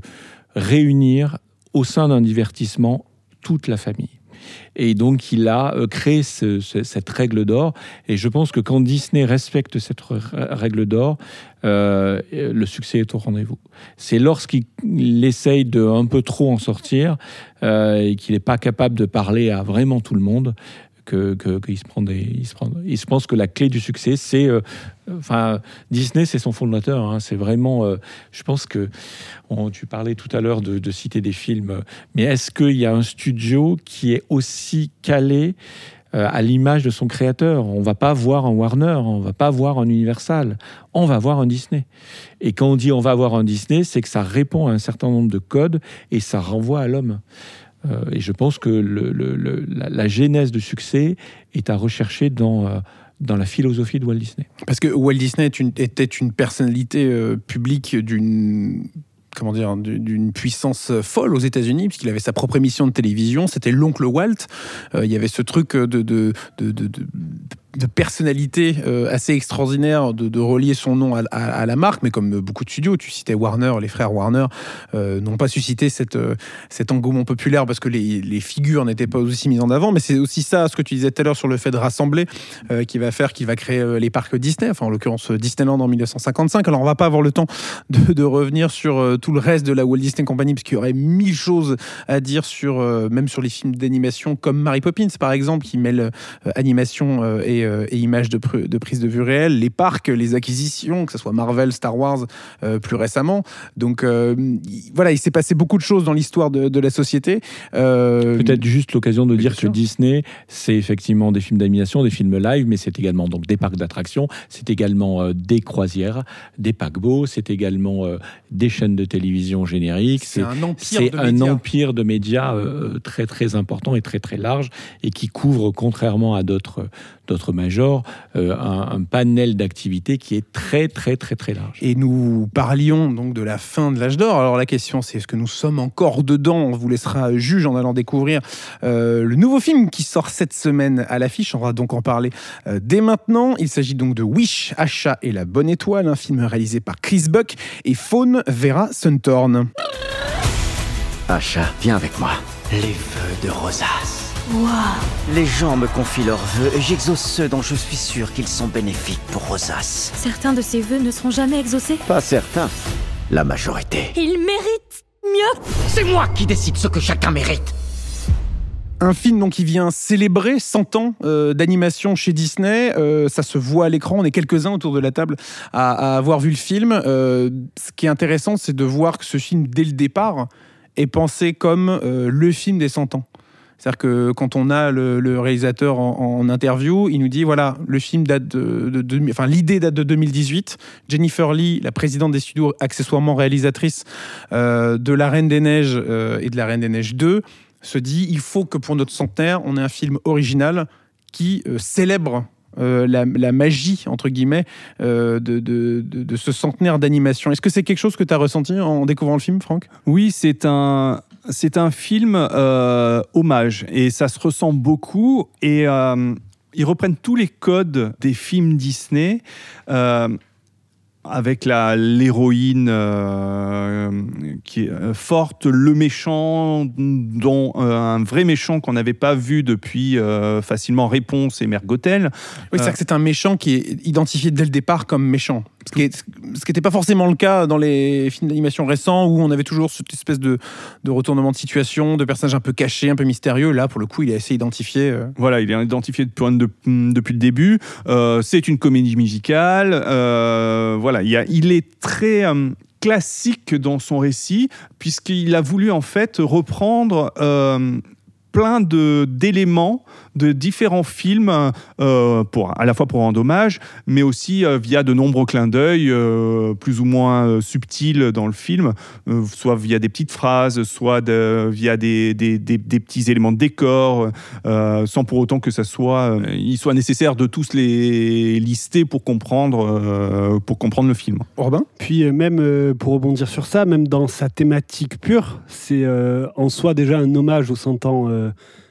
réunir au sein d'un divertissement toute la famille. Et donc, il a euh, créé ce, ce, cette règle d'or. Et je pense que quand Disney respecte cette règle d'or, euh, le succès est au rendez-vous. C'est lorsqu'il essaye de un peu trop en sortir euh, et qu'il n'est pas capable de parler à vraiment tout le monde que, que, qu'il se prend des, il se prend, il se pense que la clé du succès, c'est, euh, enfin, Disney, c'est son fondateur. Hein, c'est vraiment, euh, je pense que, on, tu parlais tout à l'heure de, de citer des films, mais est-ce qu'il y a un studio qui est aussi calé euh, à l'image de son créateur? On va pas voir un Warner, on va pas voir un Universal, on va voir un Disney. Et quand on dit on va voir un Disney, c'est que ça répond à un certain nombre de codes et ça renvoie à l'homme. Euh, et je pense que le, le, le, la, la genèse du succès est à rechercher dans, euh, dans la philosophie de Walt Disney. Parce que Walt Disney est une, était une personnalité euh, publique d'une... comment dire, d'une puissance folle aux États-Unis, puisqu'il avait sa propre émission de télévision, c'était l'oncle Walt. Euh, il y avait ce truc de, de, de, de, de, de personnalité euh, assez extraordinaire de, de relier son nom à, à, à la marque, mais comme beaucoup de studios, tu citais Warner, les frères Warner euh, n'ont pas suscité cette, euh, cet engouement populaire parce que les, les figures n'étaient pas aussi mises en avant, mais c'est aussi ça, ce que tu disais tout à l'heure sur le fait de rassembler, euh, qui va faire, qui va créer euh, les parcs Disney, enfin en l'occurrence Disneyland en dix-neuf cent cinquante-cinq. Alors on va pas avoir le temps de, de revenir sur euh, tout le reste de la Walt Disney Company, parce qu'il y aurait mille choses à dire sur, euh, même sur les films d'animation comme Mary Poppins par exemple, qui mêle euh, animation euh, et, euh, et images de, pr- de prise de vue réelle, les parcs, les acquisitions, que ce soit Marvel, Star Wars euh, plus récemment. Donc euh, y, voilà, il s'est passé beaucoup de choses dans l'histoire de, de la société. Euh, Peut-être juste l'occasion de dire que Disney, c'est effectivement des films d'animation, des films live, mais c'est également donc des parcs d'attractions, c'est également euh, des croisières, des paquebots, c'est également euh, des chaînes de télévision génériques. C'est, c'est un empire c'est de un médias. empire de médias euh, très très important et très très large et qui couvre, contrairement à d'autres d'autres majors, euh, un, un panel d'activités qui est très très très très large. Et nous parlions donc de la fin de l'âge d'or. Alors la question, c'est est-ce que nous sommes encore dedans? On vous laissera juge en allant découvrir euh, le nouveau film qui sort cette semaine à l'affiche. On va donc en parler euh, dès maintenant. Il s'agit donc de Wish, Asha et la bonne étoile, un film réalisé par Chris Buck et Fawn Vera Suntorn. Asha, viens avec moi. Les vœux de Rosas. Wow. Les gens me confient leurs vœux et j'exauce ceux dont je suis sûr qu'ils sont bénéfiques pour Rosas. Certains de ces vœux ne seront jamais exaucés. Pas certains. La majorité. Il mérite mieux. C'est moi qui décide ce que chacun mérite. Un film donc, qui vient célébrer cent ans euh, d'animation chez Disney. Euh, ça se voit à l'écran. On est quelques-uns autour de la table à, à avoir vu le film. Euh, ce qui est intéressant, c'est de voir que ce film, dès le départ, est pensé comme euh, le film des cent ans. C'est-à-dire que quand on a le, le réalisateur en, en interview, il nous dit, voilà, le film date de... de, de enfin, l'idée date de deux mille dix-huit. Jennifer Lee, la présidente des studios, accessoirement réalisatrice euh, de La Reine des Neiges euh, et de La Reine des Neiges deux, se dit il faut que pour notre centenaire, on ait un film original qui euh, célèbre euh, la, la magie, entre guillemets, euh, de, de, de, de ce centenaire d'animation. Est-ce que c'est quelque chose que tu as ressenti en découvrant le film, Franck ? Oui, c'est un, c'est un film euh, hommage et ça se ressent beaucoup. Et euh, ils reprennent tous les codes des films Disney. Euh, avec la, l'héroïne euh, qui est forte, le méchant, dont euh, un vrai méchant qu'on n'avait pas vu depuis euh, facilement Réponse et Mère Gothel. Oui, c'est-à-dire que c'est un méchant qui est identifié dès le départ comme méchant. Ce qui n'était pas forcément le cas dans les films d'animation récents où on avait toujours cette espèce de, de retournement de situation, de personnages un peu cachés, un peu mystérieux. Là, pour le coup, il est assez identifié. Euh... Voilà, il est identifié depuis, depuis le début. Euh, c'est une comédie musicale. Euh, voilà, il, y a, il est très euh, classique dans son récit puisqu'il a voulu en fait reprendre euh, plein de, d'éléments de différents films, euh, pour, à la fois pour rendre hommage, mais aussi euh, via de nombreux clins d'œil, euh, plus ou moins euh, subtils dans le film, euh, soit via des petites phrases, soit de, via des, des, des, des petits éléments de décor, euh, sans pour autant que ça soit, euh, il soit nécessaire de tous les lister pour comprendre, euh, pour comprendre le film. Robin ? Puis euh, même, euh, pour rebondir sur ça, même dans sa thématique pure, c'est euh, en soi déjà un hommage aux cent ans euh,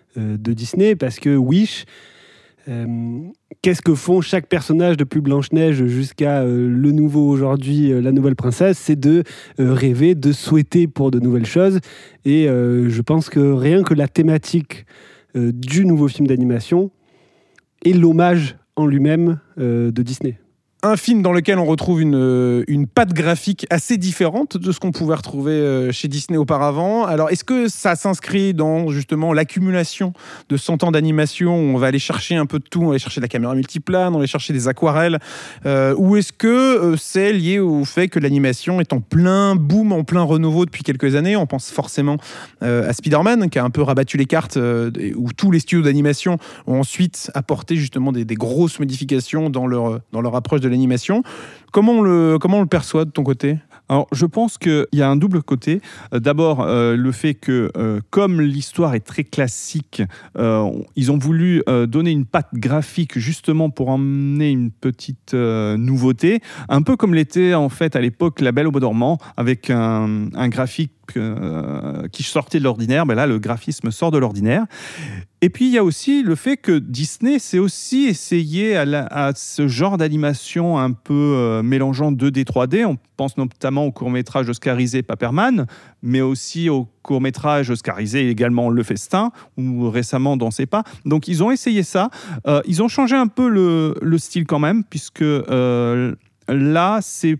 de Disney, parce que Wish, euh, qu'est-ce que font chaque personnage depuis Blanche-Neige jusqu'à euh, le nouveau aujourd'hui, euh, la nouvelle princesse, c'est de euh, rêver, de souhaiter pour de nouvelles choses. Et euh, je pense que rien que la thématique euh, du nouveau film d'animation est l'hommage en lui-même euh, de Disney. Un film dans lequel on retrouve une, une patte graphique assez différente de ce qu'on pouvait retrouver chez Disney auparavant. Alors, est-ce que ça s'inscrit dans, justement, l'accumulation de cent ans d'animation où on va aller chercher un peu de tout, on va aller chercher de la caméra multiplane, on va aller chercher des aquarelles, euh, ou est-ce que euh, c'est lié au fait que l'animation est en plein boom, en plein renouveau depuis quelques années ? On pense forcément euh, à Spider-Man, qui a un peu rabattu les cartes, euh, où tous les studios d'animation ont ensuite apporté justement des, des grosses modifications dans leur, dans leur approche de l'animation. Comment on le, comment on le perçoit de ton côté ? Alors, je pense qu'il y a un double côté. D'abord, euh, le fait que, euh, comme l'histoire est très classique, euh, ils ont voulu euh, donner une patte graphique justement pour emmener une petite euh, nouveauté, un peu comme l'était en fait à l'époque La Belle au Bois dormant, avec un, un graphique euh, qui sortait de l'ordinaire. Ben là, le graphisme sort de l'ordinaire. Et puis, il y a aussi le fait que Disney s'est aussi essayé à, la, à ce genre d'animation un peu euh, mélangeant deux D, trois D. On pense notamment au court-métrage oscarisé Paperman, mais aussi au court-métrage oscarisé également Le Festin, ou récemment Dans ses pas. Donc, ils ont essayé ça. Euh, ils ont changé un peu le, le style quand même, puisque... Euh, Là, c'est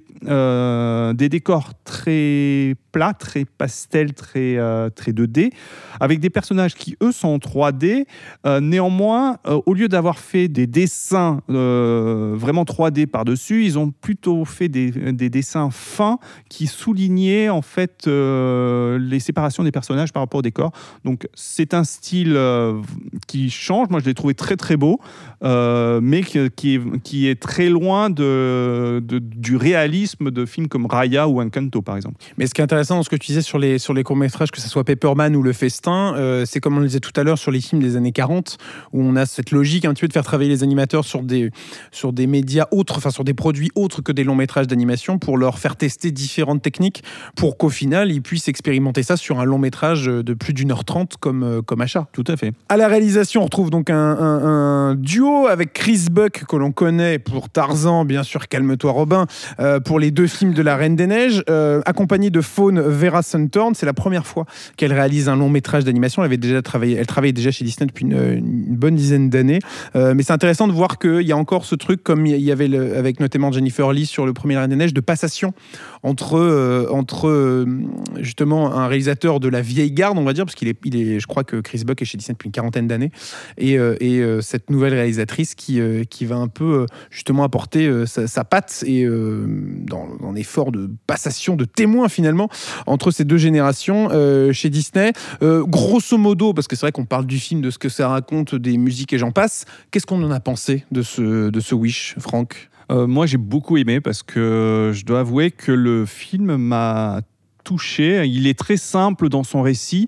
euh, des décors très plats, très pastels, très, euh, très deux D, avec des personnages qui, eux, sont en trois D. Euh, néanmoins, euh, au lieu d'avoir fait des dessins euh, vraiment trois D par-dessus, ils ont plutôt fait des, des dessins fins qui soulignaient en fait euh, les séparations des personnages par rapport au décor. Donc, c'est un style euh, qui change. Moi, je l'ai trouvé très, très beau, euh, mais qui, qui, est, qui est très loin de... De, du réalisme de films comme Raya ou Encanto, par exemple. Mais ce qui est intéressant dans ce que tu disais sur les, sur les courts-métrages, que ce soit Paperman ou Le Festin, euh, c'est comme on le disait tout à l'heure sur les films des années quarante, où on a cette logique un petit peu de faire travailler les animateurs sur des, sur des médias autres, enfin sur des produits autres que des longs-métrages d'animation, pour leur faire tester différentes techniques, pour qu'au final, ils puissent expérimenter ça sur un long-métrage de plus d'une heure trente comme, comme Achat. Tout à fait. À la réalisation, on retrouve donc un, un, un duo avec Chris Buck, que l'on connaît pour Tarzan, bien sûr, Calme-toi toi Robin, euh, pour les deux films de La Reine des Neiges, euh, accompagnée de Fawn Vera Suntorn. C'est la première fois qu'elle réalise un long métrage d'animation. Elle avait déjà travaillé, elle travaillait déjà chez Disney depuis une, une bonne dizaine d'années. Euh, mais c'est intéressant de voir qu'il y a encore ce truc, comme il y avait le, avec notamment Jennifer Lee sur le premier La Reine des Neiges, de passation entre, euh, entre euh, justement un réalisateur de la vieille garde, on va dire, parce qu'il est, il est, je crois que Chris Buck est chez Disney depuis une quarantaine d'années, et, euh, et euh, cette nouvelle réalisatrice qui, euh, qui va un peu euh, justement apporter euh, sa, sa patte et euh, dans, dans un effort de passation de témoins finalement entre ces deux générations euh, chez Disney. Euh, grosso modo, parce que c'est vrai qu'on parle du film, de ce que ça raconte, des musiques et j'en passe, qu'est-ce qu'on en a pensé de ce, de ce Wish, Franck ? Euh, moi, j'ai beaucoup aimé parce que je dois avouer que le film m'a touché. Il est très simple dans son récit,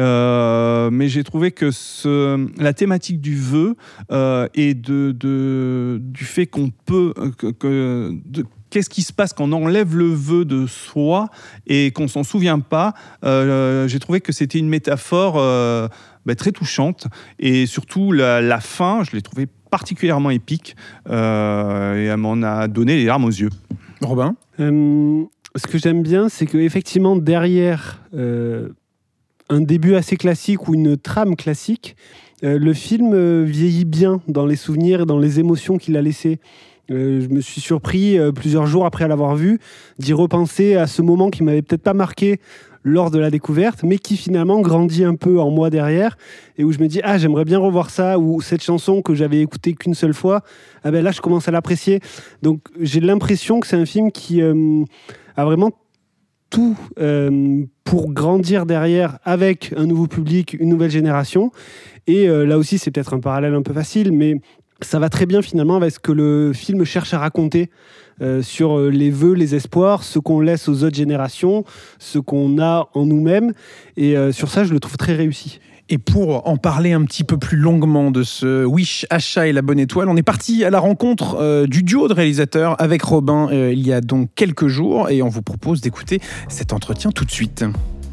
euh, mais j'ai trouvé que ce, la thématique du vœu euh, et de, de, du fait qu'on peut... Que, que, de, Qu'est-ce qui se passe quand on enlève le vœu de soi et qu'on s'en souvient pas, euh, j'ai trouvé que c'était une métaphore euh, bah, très touchante. Et surtout, la, la fin, je l'ai trouvée particulièrement épique. Euh, et elle m'en a donné les larmes aux yeux. Robin ? euh, Ce que j'aime bien, c'est qu'effectivement, derrière euh, un début assez classique ou une trame classique, euh, le film euh, vieillit bien dans les souvenirs et dans les émotions qu'il a laissées. Euh, je me suis surpris, euh, plusieurs jours après l'avoir vu, d'y repenser à ce moment qui m'avait peut-être pas marqué lors de la découverte, mais qui finalement grandit un peu en moi derrière, et où je me dis, ah, j'aimerais bien revoir ça, ou cette chanson que j'avais écoutée qu'une seule fois, ah ben là, je commence à l'apprécier. Donc, j'ai l'impression que c'est un film qui euh, a vraiment tout euh, pour grandir derrière avec un nouveau public, une nouvelle génération. Et euh, là aussi, c'est peut-être un parallèle un peu facile, mais ça va très bien finalement avec ce que le film cherche à raconter euh, sur les vœux, les espoirs, ce qu'on laisse aux autres générations, ce qu'on a en nous-mêmes. Et euh, sur ça, je le trouve très réussi. Et pour en parler un petit peu plus longuement de ce Wish, Acha et la bonne étoile, on est parti à la rencontre euh, du duo de réalisateurs avec Robin euh, il y a donc quelques jours, et on vous propose d'écouter cet entretien tout de suite.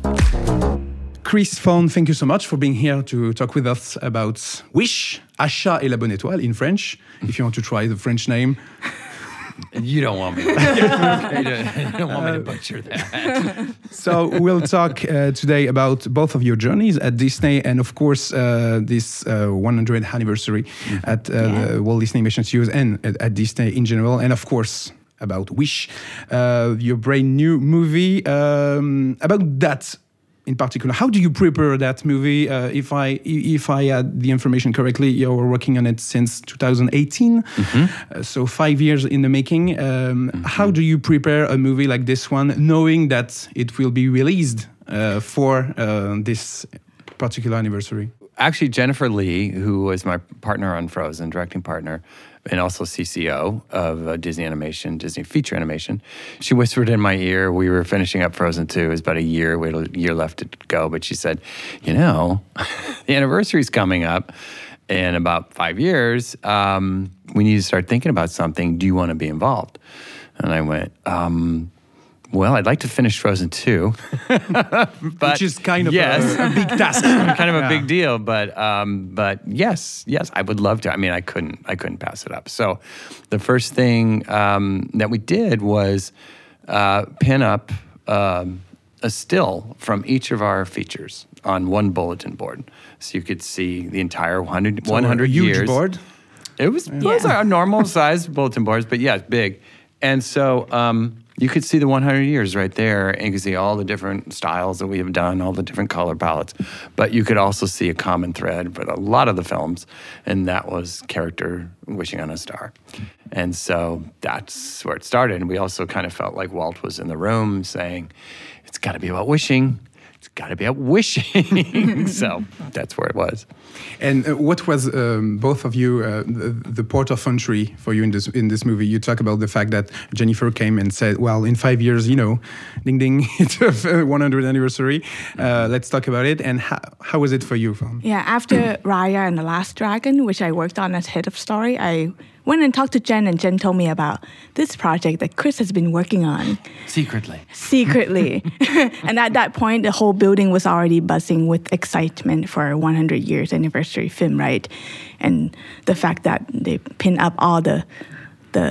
Chris Fawn, thank you so much for being here to talk with us about Wish, Acha et la bonne étoile in French. If you want to try the French name. You don't want me to, you don't, you don't want me to butcher that. So we'll talk uh, today about both of your journeys at Disney and, of course, uh, this uh, one hundredth anniversary mm-hmm. at uh, yeah. the Walt Disney Animation Studios and at, at Disney in general, and of course about Wish, uh, your brand new movie. Um, about that in particular, how do you prepare that movie? Uh, if I if I had the information correctly, you were working on it since two thousand eighteen, mm-hmm. uh, so five years in the making. Um, mm-hmm. How do you prepare a movie like this one, knowing that it will be released uh, for uh, this particular anniversary? Actually, Jennifer Lee, who was my partner on Frozen, directing partner, and also C C O of uh, Disney Animation, Disney Feature Animation. She whispered in my ear, we were finishing up Frozen two, it was about a year, we had a year left to go, but she said, you know, the anniversary's coming up in about five years, um, we need to start thinking about something, do you want to be involved? And I went, um... well, I'd like to finish Frozen two. but Which is kind of yes. a, a big task. kind of a yeah. big deal, but um, but yes, yes, I would love to. I mean, I couldn't, I couldn't pass it up. So the first thing um, that we did was uh, pin up um, a still from each of our features on one bulletin board. So you could see the entire one hundred, so one hundred a huge years. board? It was, yeah. It was our normal size bulletin boards, but yeah, it's big. And so... Um, you could see the one hundred years right there, and you could see all the different styles that we have done, all the different color palettes. But you could also see a common thread with a lot of the films, and that was character wishing on a star. And so that's where it started. And we also kind of felt like Walt was in the room saying, it's got to be about wishing. It's got to be about wishing. So that's where it was. And uh, what was um, both of you uh, the, the port of entry for you in this in this movie? You talk about the fact that Jennifer came and said, "Well, in five years, you know, ding ding, it's a one hundredth anniversary. Uh, let's talk about it." And how how was it for you? Yeah, after Raya and the Last Dragon, which I worked on as head of story, I went and talked to Jen, and Jen told me about this project that Chris has been working on. Secretly. Secretly. And at that point, the whole building was already buzzing with excitement for a one hundred years anniversary film, right? And the fact that they pin up all the the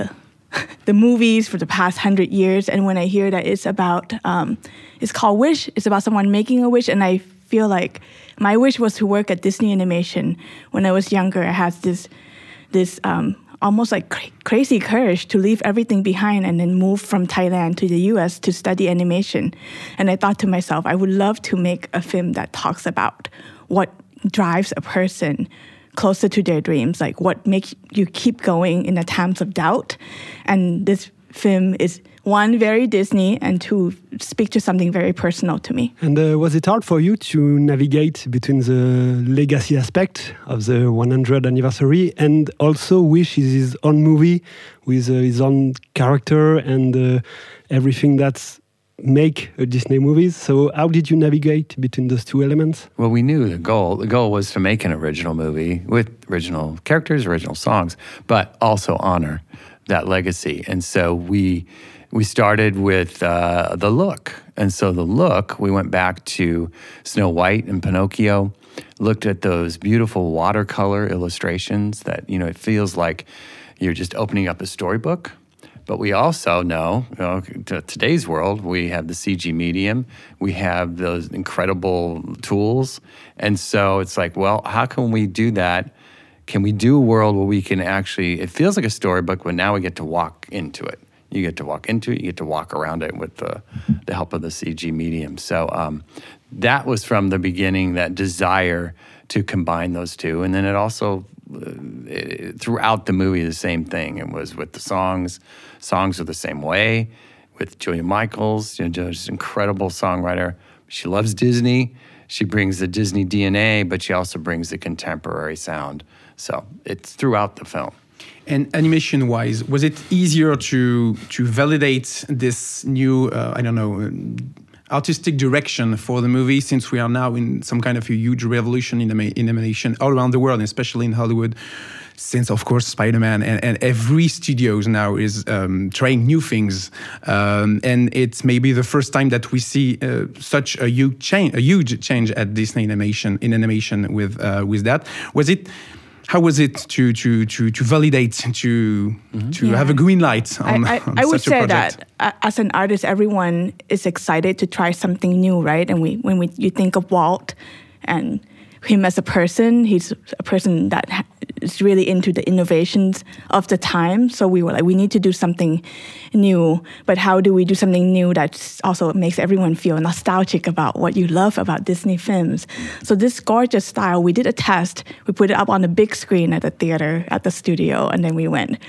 the movies for the past hundred years. And when I hear that it's about, um, it's called Wish, it's about someone making a wish. And I feel like my wish was to work at Disney Animation. When I was younger, I had this, this um, almost like cra- crazy courage to leave everything behind and then move from Thailand to the U S to study animation. And I thought to myself, I would love to make a film that talks about what drives a person closer to their dreams, like what makes you keep going in the times of doubt. And this film is, one, very Disney, and two, speak to something very personal to me. And uh, was it hard for you to navigate between the legacy aspect of the one hundredth anniversary and also Wish is his own movie with uh, his own character and uh, everything that's make a Disney movies. So how did you navigate between those two elements? Well, we knew the goal. The goal was to make an original movie with original characters, original songs, but also honor that legacy. And so we we started with uh, the look. And so the look, we went back to Snow White and Pinocchio, looked at those beautiful watercolor illustrations that, you know, it feels like you're just opening up a storybook. But we also know, you know, to today's world, we have the C G medium, we have those incredible tools. And so it's like, well, how can we do that? Can we do a world where we can actually, it feels like a storybook, but now we get to walk into it. You get to walk into it, you get to walk around it with the, the help of the C G medium. So um, that was from the beginning, that desire to combine those two. And then it also, uh, it, throughout the movie, the same thing. It was with the songs. Songs are the same way with Julia Michaels, you know, just incredible songwriter. She loves Disney. She brings the Disney D N A, but she also brings the contemporary sound. So it's throughout the film. And animation-wise, was it easier to to validate this new, uh, I don't know, artistic direction for the movie, since we are now in some kind of a huge revolution in, in animation all around the world, and especially in Hollywood? Since, of course, Spider-Man and, and every studios now is um, trying new things. Um, and it's maybe the first time that we see uh, such a huge change, a huge change at Disney Animation, in animation with uh, with that. Was it, how was it to to to, to validate, to mm-hmm. to yeah. have a green light on, I, I, on I would such a say project? that uh, as an artist, everyone is excited to try something new, right? And we when we you think of Walt and him as a person, he's a person that ha- is really into the innovations of the time. So we were like, we need to do something new. But how do we do something new that also makes everyone feel nostalgic about what you love about Disney films? So this gorgeous style, we did a test. We put it up on the big screen at the theater, at the studio, and then we went,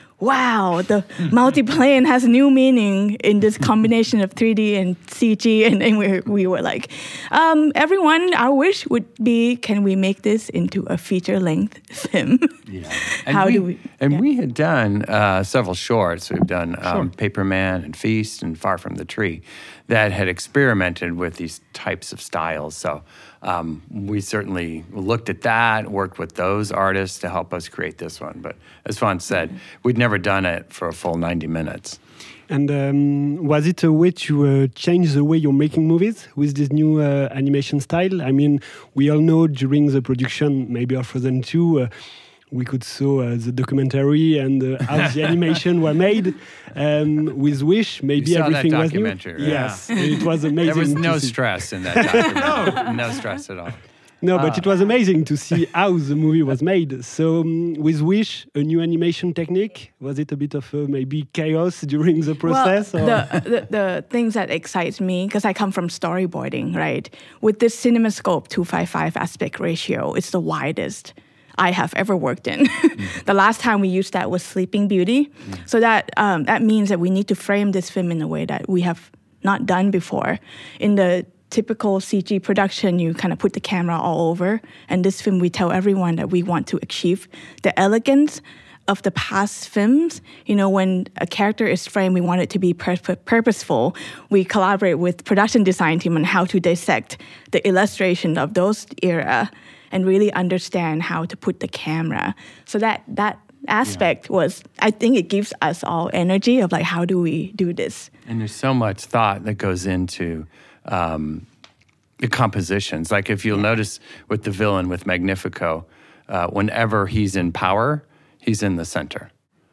wow, the multiplane has new meaning in this combination of three D and C G. And then we, we were like, um, everyone, our wish would be, can we make this into a feature-length film? Yeah. How we, do we? And yeah. we had done uh, several shorts. We've done um, Sure. Paperman and Feast and Far From the Tree that had experimented with these types of styles. So um, we certainly looked at that, worked with those artists to help us create this one. But as Fawn said, we'd never done it for a full ninety minutes. And um, was it a way to uh, change the way you're making movies with this new uh, animation style? I mean, we all know during the production, maybe of Frozen two, uh, we could saw uh, the documentary and uh, how the animation were made. Um, with Wish, maybe You saw that everything was new. documentary, right? Yes, it was amazing. There was to no see. stress in that documentary. no stress at all. No, but Ah. it was amazing to see how the movie was made. So um, with Wish, a new animation technique, was it a bit of uh, maybe chaos during the process? Well, or? the, the, the things that excites me, because I come from storyboarding, right? With this CinemaScope two fifty-five aspect ratio, it's the widest I have ever worked in. Mm. The last time we used that was Sleeping Beauty. Mm. So that um, that means that we need to frame this film in a way that we have not done before. In the typical C G production, you kind of put the camera all over. And this film, we tell everyone that we want to achieve the elegance of the past films. You know, when a character is framed, we want it to be pur- purposeful. We collaborate with production design team on how to dissect the illustration of those era and really understand how to put the camera. So that that aspect yeah. was, I think it gives us all energy of like, how do we do this? And there's so much thought that goes into um, the compositions. Like if you'll yeah. notice with the villain, with Magnifico, uh, whenever he's in power, he's in the center.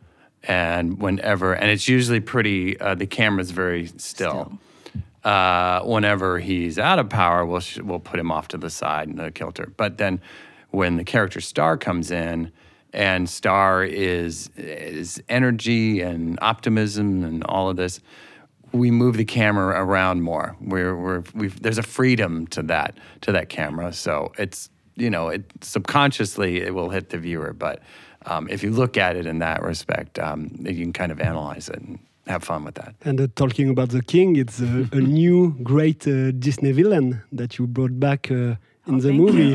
And whenever, and it's usually pretty, uh, the camera's very still. still. Uh, whenever he's out of power, we'll, sh- we'll put him off to the side in the kilter. But then when the character Star comes in, and Star is, is energy and optimism and all of this, we move the camera around more. We're, we're, we've, there's a freedom to that, to that camera. So it's, you know, it subconsciously it will hit the viewer. But um, if you look at it in that respect, um, you can kind of analyze it and have fun with that. And uh, talking about the king, it's a, a new great uh, Disney villain that you brought back uh, in oh, the movie.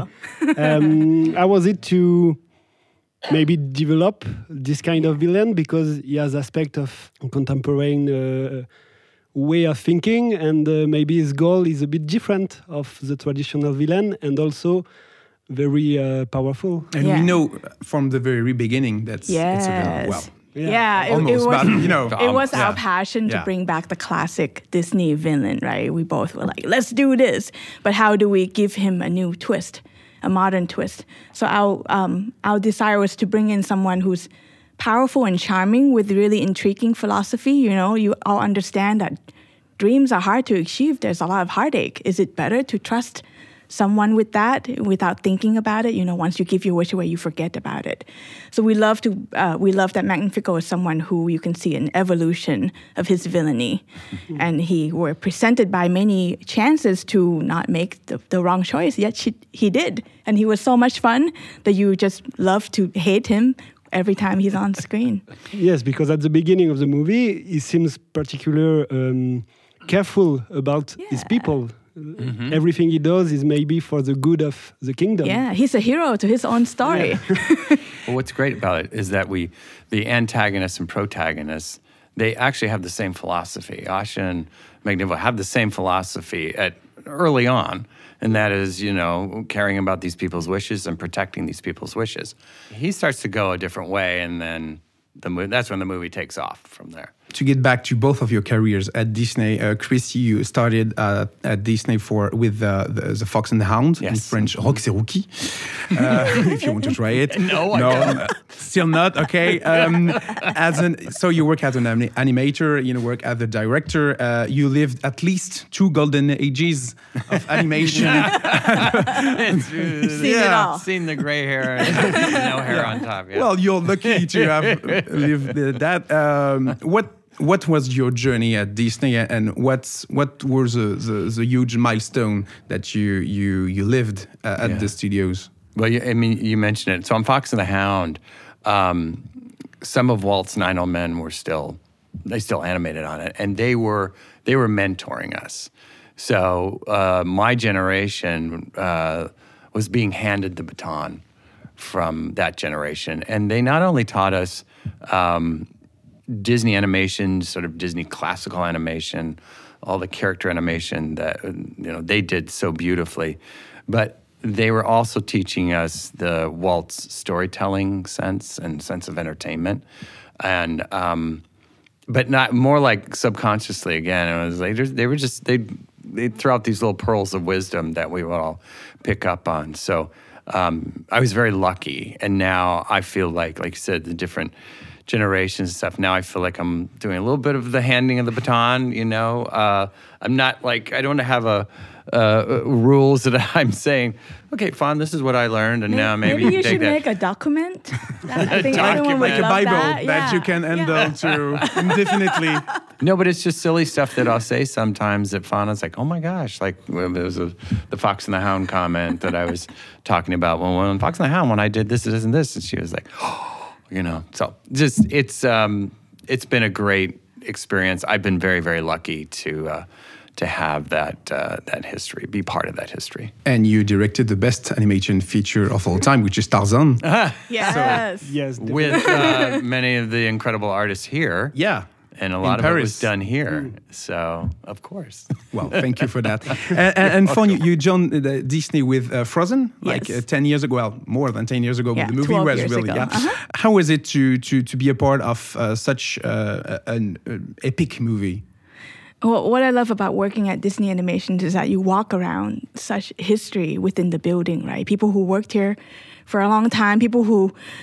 um, how was it to maybe develop this kind of villain, because he has aspect of contemporary uh, way of thinking, and uh, maybe his goal is a bit different of the traditional villain, and also very uh, powerful. And Yeah. we know from the very beginning that's Yes. it's a villain. Well, Yeah. Yeah, it, it almost, was. but you know, It was yeah. our passion to Yeah. bring back the classic Disney villain, right? We both were like, let's do this. But how do we give him a new twist, a modern twist? So our um, our desire was to bring in someone who's powerful and charming with really intriguing philosophy. You know, you all understand that dreams are hard to achieve. There's a lot of heartache. Is it better to trust someone with that without thinking about it? You know, once you give your wish away, you forget about it. So we love to uh, we love that Magnifico is someone who you can see an evolution of his villainy, and he were presented by many chances to not make the, the wrong choice. Yet she, he did, and he was so much fun that you just love to hate him every time he's on screen. Yes, because at the beginning of the movie, he seems particular um, careful about his Yeah. people. Mm-hmm. Everything he does is maybe for the good of the kingdom. Yeah, he's a hero to his own story. Well, what's great about it is that we, the antagonists and protagonists, they actually have the same philosophy. Asha and Magnifico have the same philosophy at early on, and that is, you know, caring about these people's wishes and protecting these people's wishes. He starts to go a different way, and then the mo- that's when the movie takes off from there. To get back to both of your careers at Disney, uh, Chrissy, you started uh, at Disney for with uh, the, the Fox and the Hound, in Yes. French, Rox et Rookie, uh, if you want to try it. No, I no, don't. uh, still not. Okay. Um, as an so you work as an anim- animator, you know, work as a director. Uh, you lived at least two golden ages of animation. Seen it all. Seen the gray hair and no hair on top. Yeah. Well, you're lucky to have lived that. Um, what what was your journey at Disney, and what's what was the, the, the huge milestone that you you you lived uh, at Yeah. the studios? Well, you, I mean, you mentioned it. So on Fox and the Hound, um, some of Walt's Nine Old Men were still, they still animated on it, and they were they were mentoring us. So uh, my generation uh, was being handed the baton from that generation, and they not only taught us um, Disney animation, sort of Disney classical animation, all the character animation that you know they did so beautifully, but they were also teaching us the Walt's storytelling sense and sense of entertainment, and um, but not more like subconsciously. Again, it was like they were just they they throw out these little pearls of wisdom that we would all pick up on. So um, I was very lucky, and now I feel like, like you said, the different generations and stuff. Now I feel like I'm doing a little bit of the handing of the baton. You know, uh, I'm not like I don't have a. Uh, rules that I'm saying, okay, fine, this is what I learned, and now maybe, maybe you you take should that. make a document. That- I think document. everyone would Like a love Bible that, that, Yeah. you can handle Yeah. to indefinitely. No, but it's just silly stuff that I'll say sometimes that Fauna's like, oh my gosh, like well, there was a, the Fox and the Hound comment that I was talking about. Well, when Fox and the Hound, when I did this, this, and this, and she was like, oh, you know. So just it's um, it's been a great experience. I've been very, very lucky to. Uh, to have that uh, that history, be part of that history. And you directed the best animation feature of all time, which is Tarzan. Yes. Yes. With uh, many of the incredible artists here. Yeah. And a In lot of it Paris. was done here. So, of course. Well, thank you for that. and and, and Fawn, you, you joined the Disney with uh, Frozen, like Yes. uh, ten years ago. Well, more than ten years ago. Yeah, But the movie twelve was years really. ago. Yeah. Uh-huh. How was it to to to be a part of uh, such uh, an uh, epic movie? Well, what I love about working at Disney Animations is that you walk around such history within the building, right? People who worked here for a long time, people who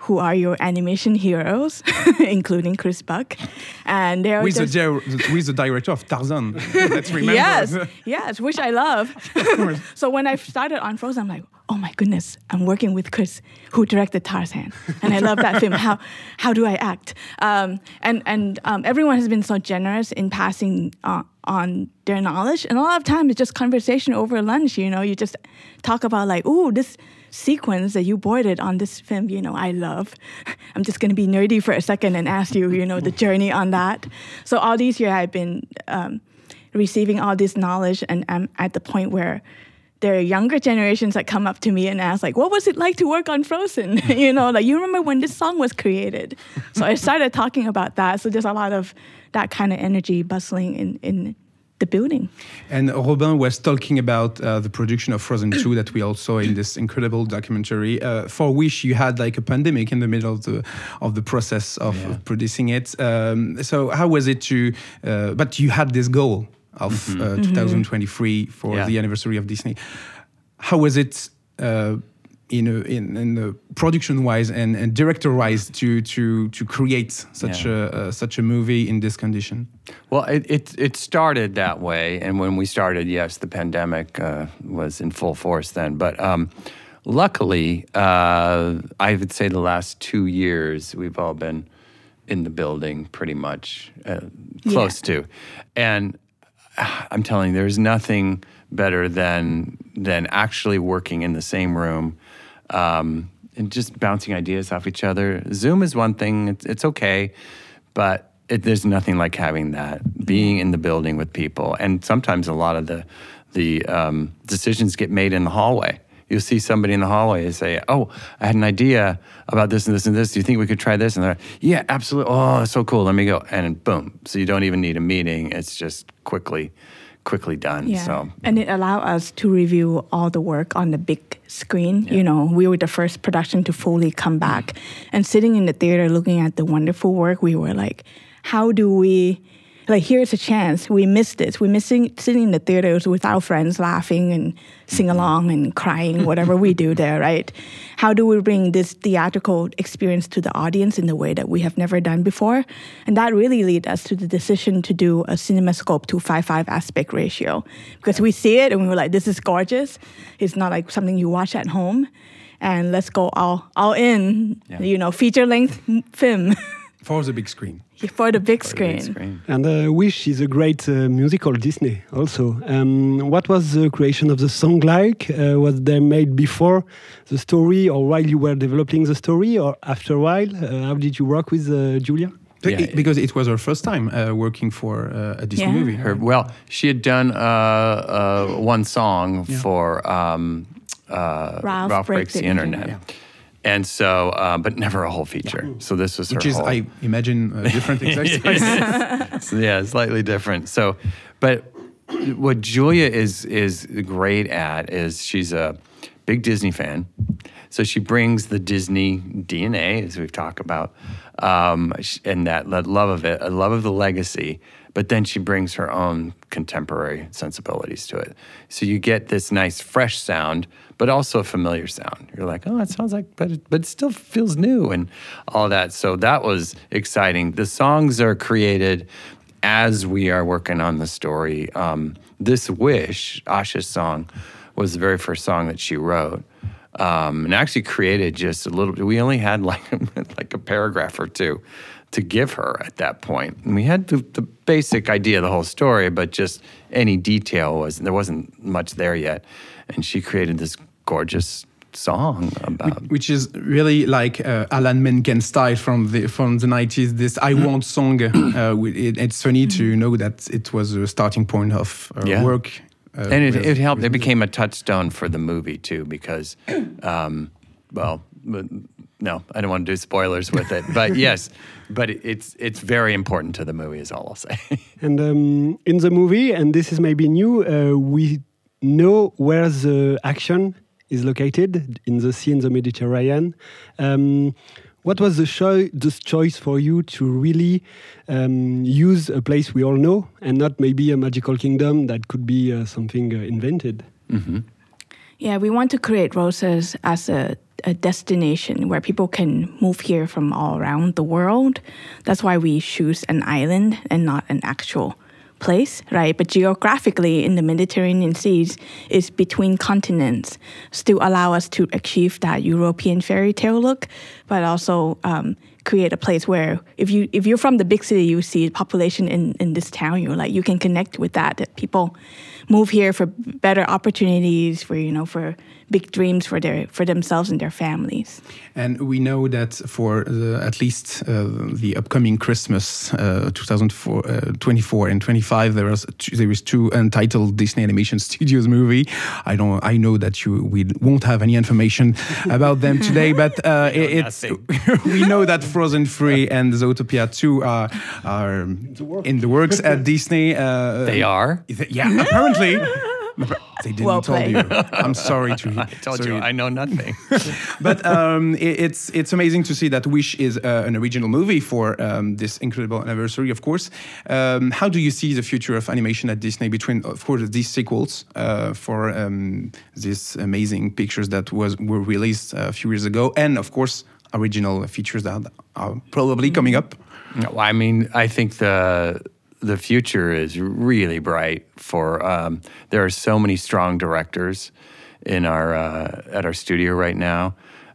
who are your animation heroes, including Chris Buck. And they're With, just, the, di- with the director of Tarzan. Let's remember. Yes, yes, which I love. So when I started on Frozen, I'm like, oh my goodness, I'm working with Chris, who directed Tarzan, and I love that film. How how do I act? Um, and and um, everyone has been so generous in passing uh, on their knowledge, and a lot of times it's just conversation over lunch. You know, you just talk about like, ooh, this sequence that you boarded on this film, you know, I love. I'm just going to be nerdy for a second and ask you, you know, the journey on that. So all these years I've been um, receiving all this knowledge, and I'm at the point where there are younger generations that come up to me and ask, like, what was it like to work on Frozen? You know, like, you remember when this song was created? So I started talking about that. So there's a lot of that kind of energy bustling in, in the building. And Robin was talking about uh, the production of Frozen two that we all saw in this incredible documentary. Uh, for Wish, you had like a pandemic in the middle of the of the process of, yeah. of producing it. Um, so how was it to? Uh, but you had this goal of mm-hmm. uh, twenty twenty-three for yeah. the anniversary of Disney. How was it? Uh, In, a, in, in the production-wise and, and director-wise, to to to create such yeah. a uh, such a movie in this condition? Well, it, it it started that way, and when we started, yes, the pandemic uh, was in full force then. But um, luckily, uh, I would say the last two years we've all been in the building pretty much uh, close yeah. to, and uh, I'm telling you, there's nothing better than than actually working in the same room. Um, and just bouncing ideas off each other. Zoom is one thing, it's, it's okay, but it, there's nothing like having that, being in the building with people. And sometimes a lot of the, the um, decisions get made in the hallway. You'll see somebody in the hallway and say, oh, I had an idea about this and this and this. Do you think we could try this? And they're like, yeah, absolutely. Oh, that's so cool. Let me go. And boom. So you don't even need a meeting. It's just quickly quickly done. Yeah. So and it allowed us to review all the work on the big screen. Yeah. You know, we were the first production to fully come back. Mm. And sitting in the theater looking at the wonderful work, we were like, how do we, like, here's a chance. We missed this. We missing sitting in the theaters with our friends laughing and sing along and crying, whatever we do there, right? How do we bring this theatrical experience to the audience in the way that we have never done before? And that really led us to the decision to do a CinemaScope two fifty-five aspect ratio. Because we see it and we were like, this is gorgeous. It's not like something you watch at home. And let's go all, all in, yeah. you know, feature-length film. For the big screen. For the big For screen. The big screen. And uh, Wish is a great uh, musical Disney also. Um, what was the creation of the song like? Uh, was they made before the story or while you were developing the story or after a while? Uh, how did you work with uh, Julia? Yeah. It, because it was her first time uh, working for uh, a Disney yeah. movie. Her, well, she had done uh, uh, one song yeah. for um, uh, Ralph, Ralph Breaks Breaks the, the Internet. Internet. Yeah. And so, uh, but never a whole feature. Yeah. So this was her Which is, whole... I imagine, a different exercise. So, yeah, slightly different. So, but what Julia is is great at is she's a big Disney fan. So she brings the Disney D N A, as we've talked about, um, and that, that love of it, a love of the legacy. But then she brings her own contemporary sensibilities to it. So you get this nice, fresh sound, but also a familiar sound. You're like, oh, it sounds like, but it, but it still feels new and all that. So that was exciting. The songs are created as we are working on the story. Um, this Wish, Asha's song, was the very first song that she wrote. Um, and actually created just a little bit. We only had like, like a paragraph or two to give her at that point. And we had the, the basic idea of the whole story, but just any detail was there wasn't much there yet. And she created this gorgeous song about, which is really like uh, Alan Menken style from the from the nineties. This "I Want" song. Uh, it, it's funny to know that it was a starting point of uh, yeah. work, uh, and it, with, it helped. It became a touchstone for the movie too, because, um, well. No, I don't want to do spoilers with it, but yes, but it's it's very important to the movie, is all I'll say. And um, in the movie, and this is maybe new, uh, we know where the action is located in the sea in the Mediterranean. Um, what was the, cho- the choice for you to really um, use a place we all know and not maybe a magical kingdom that could be uh, something uh, invented? Mm-hmm. Yeah, we want to create Rosas as a, a destination where people can move here from all around the world. That's why we choose an island and not an actual place, right? But geographically in the Mediterranean seas is between continents, still allow us to achieve that European fairy tale look, but also um, create a place where if you if you're from the big city, you see population in, in this town, you're like you can connect with that. That people move here for better opportunities, for you know, for big dreams for their for themselves and their families. And we know that for the, at least uh, the upcoming Christmas, uh, twenty twenty-four and twenty-five, there is two, there is two untitled Disney Animation Studios movie. I don't. I know that you we won't have any information about them today, but uh, it, it's we know that Frozen three and Zootopia two are are in the works at Disney. Uh, They are? Yeah, apparently. They didn't Well tell played. you. I'm sorry to. I told sorry. you, I know nothing. But um, it, it's it's amazing to see that Wish is uh, an original movie for um, this incredible anniversary, of course. Um, how do you see the future of animation at Disney between, of course, these sequels uh, for um, these amazing pictures that was were released a few years ago, and of course, original features that are probably coming up? No, I mean, I think the the future is really bright. For um, there are so many strong directors in our uh, at our studio right now.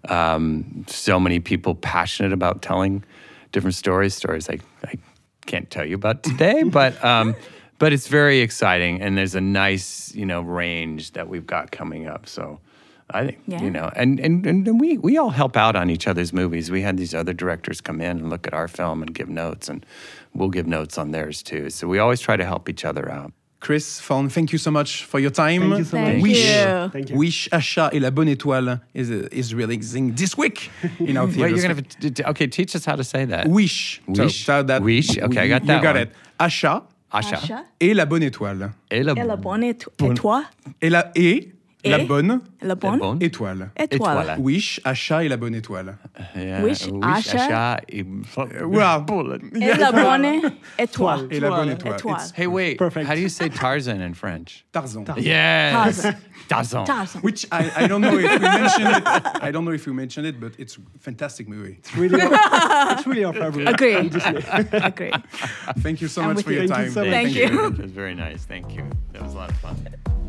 Um, so many people passionate about telling different stories. Stories I I can't tell you about today, but um, but it's very exciting, and there's a nice you know range that we've got coming up. So. I think, Yeah. you know, and, and, and we, we all help out on each other's movies. We had these other directors come in and look at our film and give notes, and we'll give notes on theirs too. So we always try to help each other out. Chris, Fawn, thank you so much for your time. Thank you so Thank Wish, you. Thank you. Wish, Achat et la Bonne Étoile is uh, is releasing this week in our Wait, theaters. you're gonna have to, okay, teach us how to say that. Wish. Wish. So, so that, Wish. Okay, I got you that got one. it. Achat Achat. Achat. et la Bonne Étoile. Et la, Et la bonne étoile. Étoile. Et la, et Et la Bonne La bonne bonne Étoile. étoile. étoile. Wish, Achat et la Bonne Étoile. Yeah, Wish, Achat. Achat et- Wow. Et la bonne étoile. Et la Bonne Étoile. Étoile. It's Hey, wait. Perfect. How do you say Tarzan in French? Tarzan. Yes. Tarzan. Tarzan. Tarzan. Which I, I don't know if we mentioned it. I don't know if we mentioned it, but it's a fantastic movie. It's really, it's really our favorite. Agree. Agree. Thank you so I'm much with for you. your Thank time. you so much. Thank you. It was very nice. Thank you. That was a lot of fun.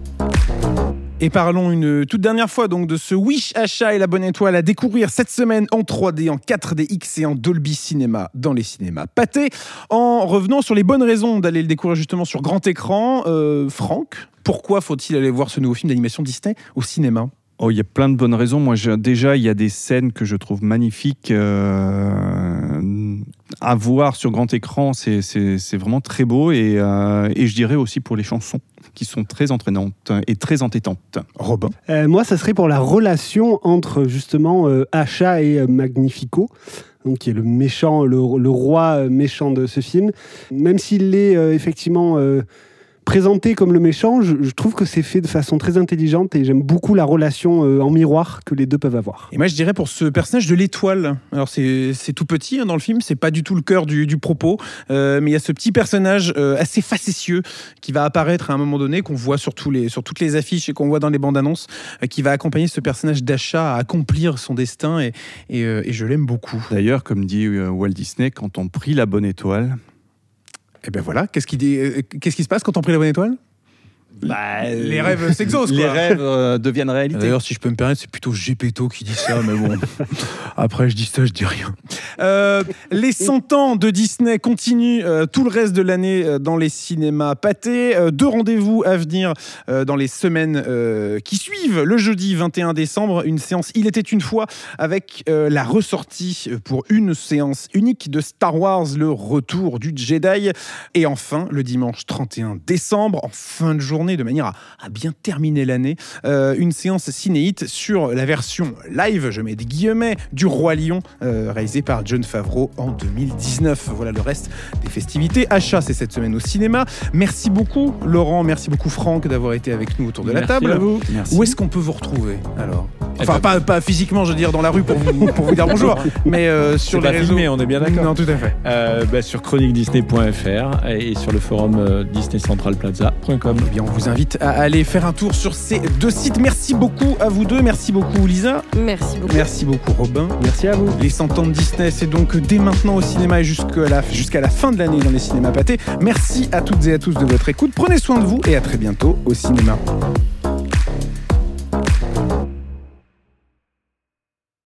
Et parlons une toute dernière fois donc de ce Wish, Achat et la Bonne Étoile à découvrir cette semaine en trois D, en quatre D X et en Dolby Cinema dans les cinémas Pathé. En revenant sur les bonnes raisons d'aller le découvrir justement sur grand écran, euh, Franck, pourquoi faut-il aller voir ce nouveau film d'animation Disney au cinéma ? Oh, il y a plein de bonnes raisons. Moi, je- déjà, il y a des scènes que je trouve magnifiques euh, à voir sur grand écran. C'est, c'est, c'est vraiment très beau. Et, euh, et je dirais aussi pour les chansons qui sont très entraînantes et très entêtantes. Robin. Euh, moi, ça serait pour la relation entre justement euh, Achat et euh, Magnifico, donc qui est le méchant, le, le roi euh, méchant de ce film. Même s'il est euh, effectivement euh, présenté comme le méchant, je, je trouve que c'est fait de façon très intelligente et j'aime beaucoup la relation euh, en miroir que les deux peuvent avoir. Et moi, je dirais pour ce personnage de l'étoile. Alors, c'est, c'est tout petit hein, dans le film, c'est pas du tout le cœur du, du propos, euh, mais il y a ce petit personnage euh, assez facétieux qui va apparaître à un moment donné, qu'on voit sur, tous les, sur toutes les affiches et qu'on voit dans les bandes annonces, euh, qui va accompagner ce personnage d'Achat à accomplir son destin et, et, euh, et je l'aime beaucoup. D'ailleurs, comme dit euh, Walt Disney, quand on prit la bonne étoile, Et ben voilà, qu'est-ce qui, dit, euh, qu'est-ce qui se passe quand on prie la Bonne Étoile ? bah, Les rêves s'exaucent, les quoi. rêves euh, deviennent réalité. D'ailleurs, si je peux me permettre, c'est plutôt Gepetto qui dit ça, mais bon. Après, je dis ça, je dis rien. Euh, les cent ans de Disney continuent euh, tout le reste de l'année euh, dans les cinémas Pathé. Euh, deux rendez-vous à venir euh, dans les semaines euh, qui suivent. Le jeudi vingt et un décembre, une séance Il était une fois avec euh, la ressortie pour une séance unique de Star Wars, le retour du Jedi. Et enfin, le dimanche trente et un décembre, en fin de journée, de manière à, à bien terminer l'année, euh, une séance cinéite sur la version live, je mets des guillemets, du Roi Lion, euh, réalisé par Jon Favreau en deux mille dix-neuf. Voilà le reste des festivités. Achat, c'est cette semaine au cinéma. Merci beaucoup Laurent, merci beaucoup Franck d'avoir été avec nous autour de la Merci table. à vous. Merci. Où est-ce qu'on peut vous retrouver alors ? Enfin, Eh ben- pas, pas physiquement, je veux dire, dans la rue pour vous, pour vous dire bonjour, mais euh, sur C'est les pas réseaux. filmé, on est bien d'accord. Non, tout à fait. Euh, bah, sur chronique disney point f r et sur le forum euh, disney central plaza point com. Eh bien, on on vous invite à aller faire un tour sur ces deux sites. Merci beaucoup à vous deux. Merci beaucoup Lisa. Merci beaucoup. Merci beaucoup Robin. Merci à vous. Les cent ans de Disney, c'est donc dès maintenant au cinéma et jusqu'à la, jusqu'à la fin de l'année dans les cinémas pâtés. Merci à toutes et à tous de votre écoute. Prenez soin de vous et à très bientôt au cinéma.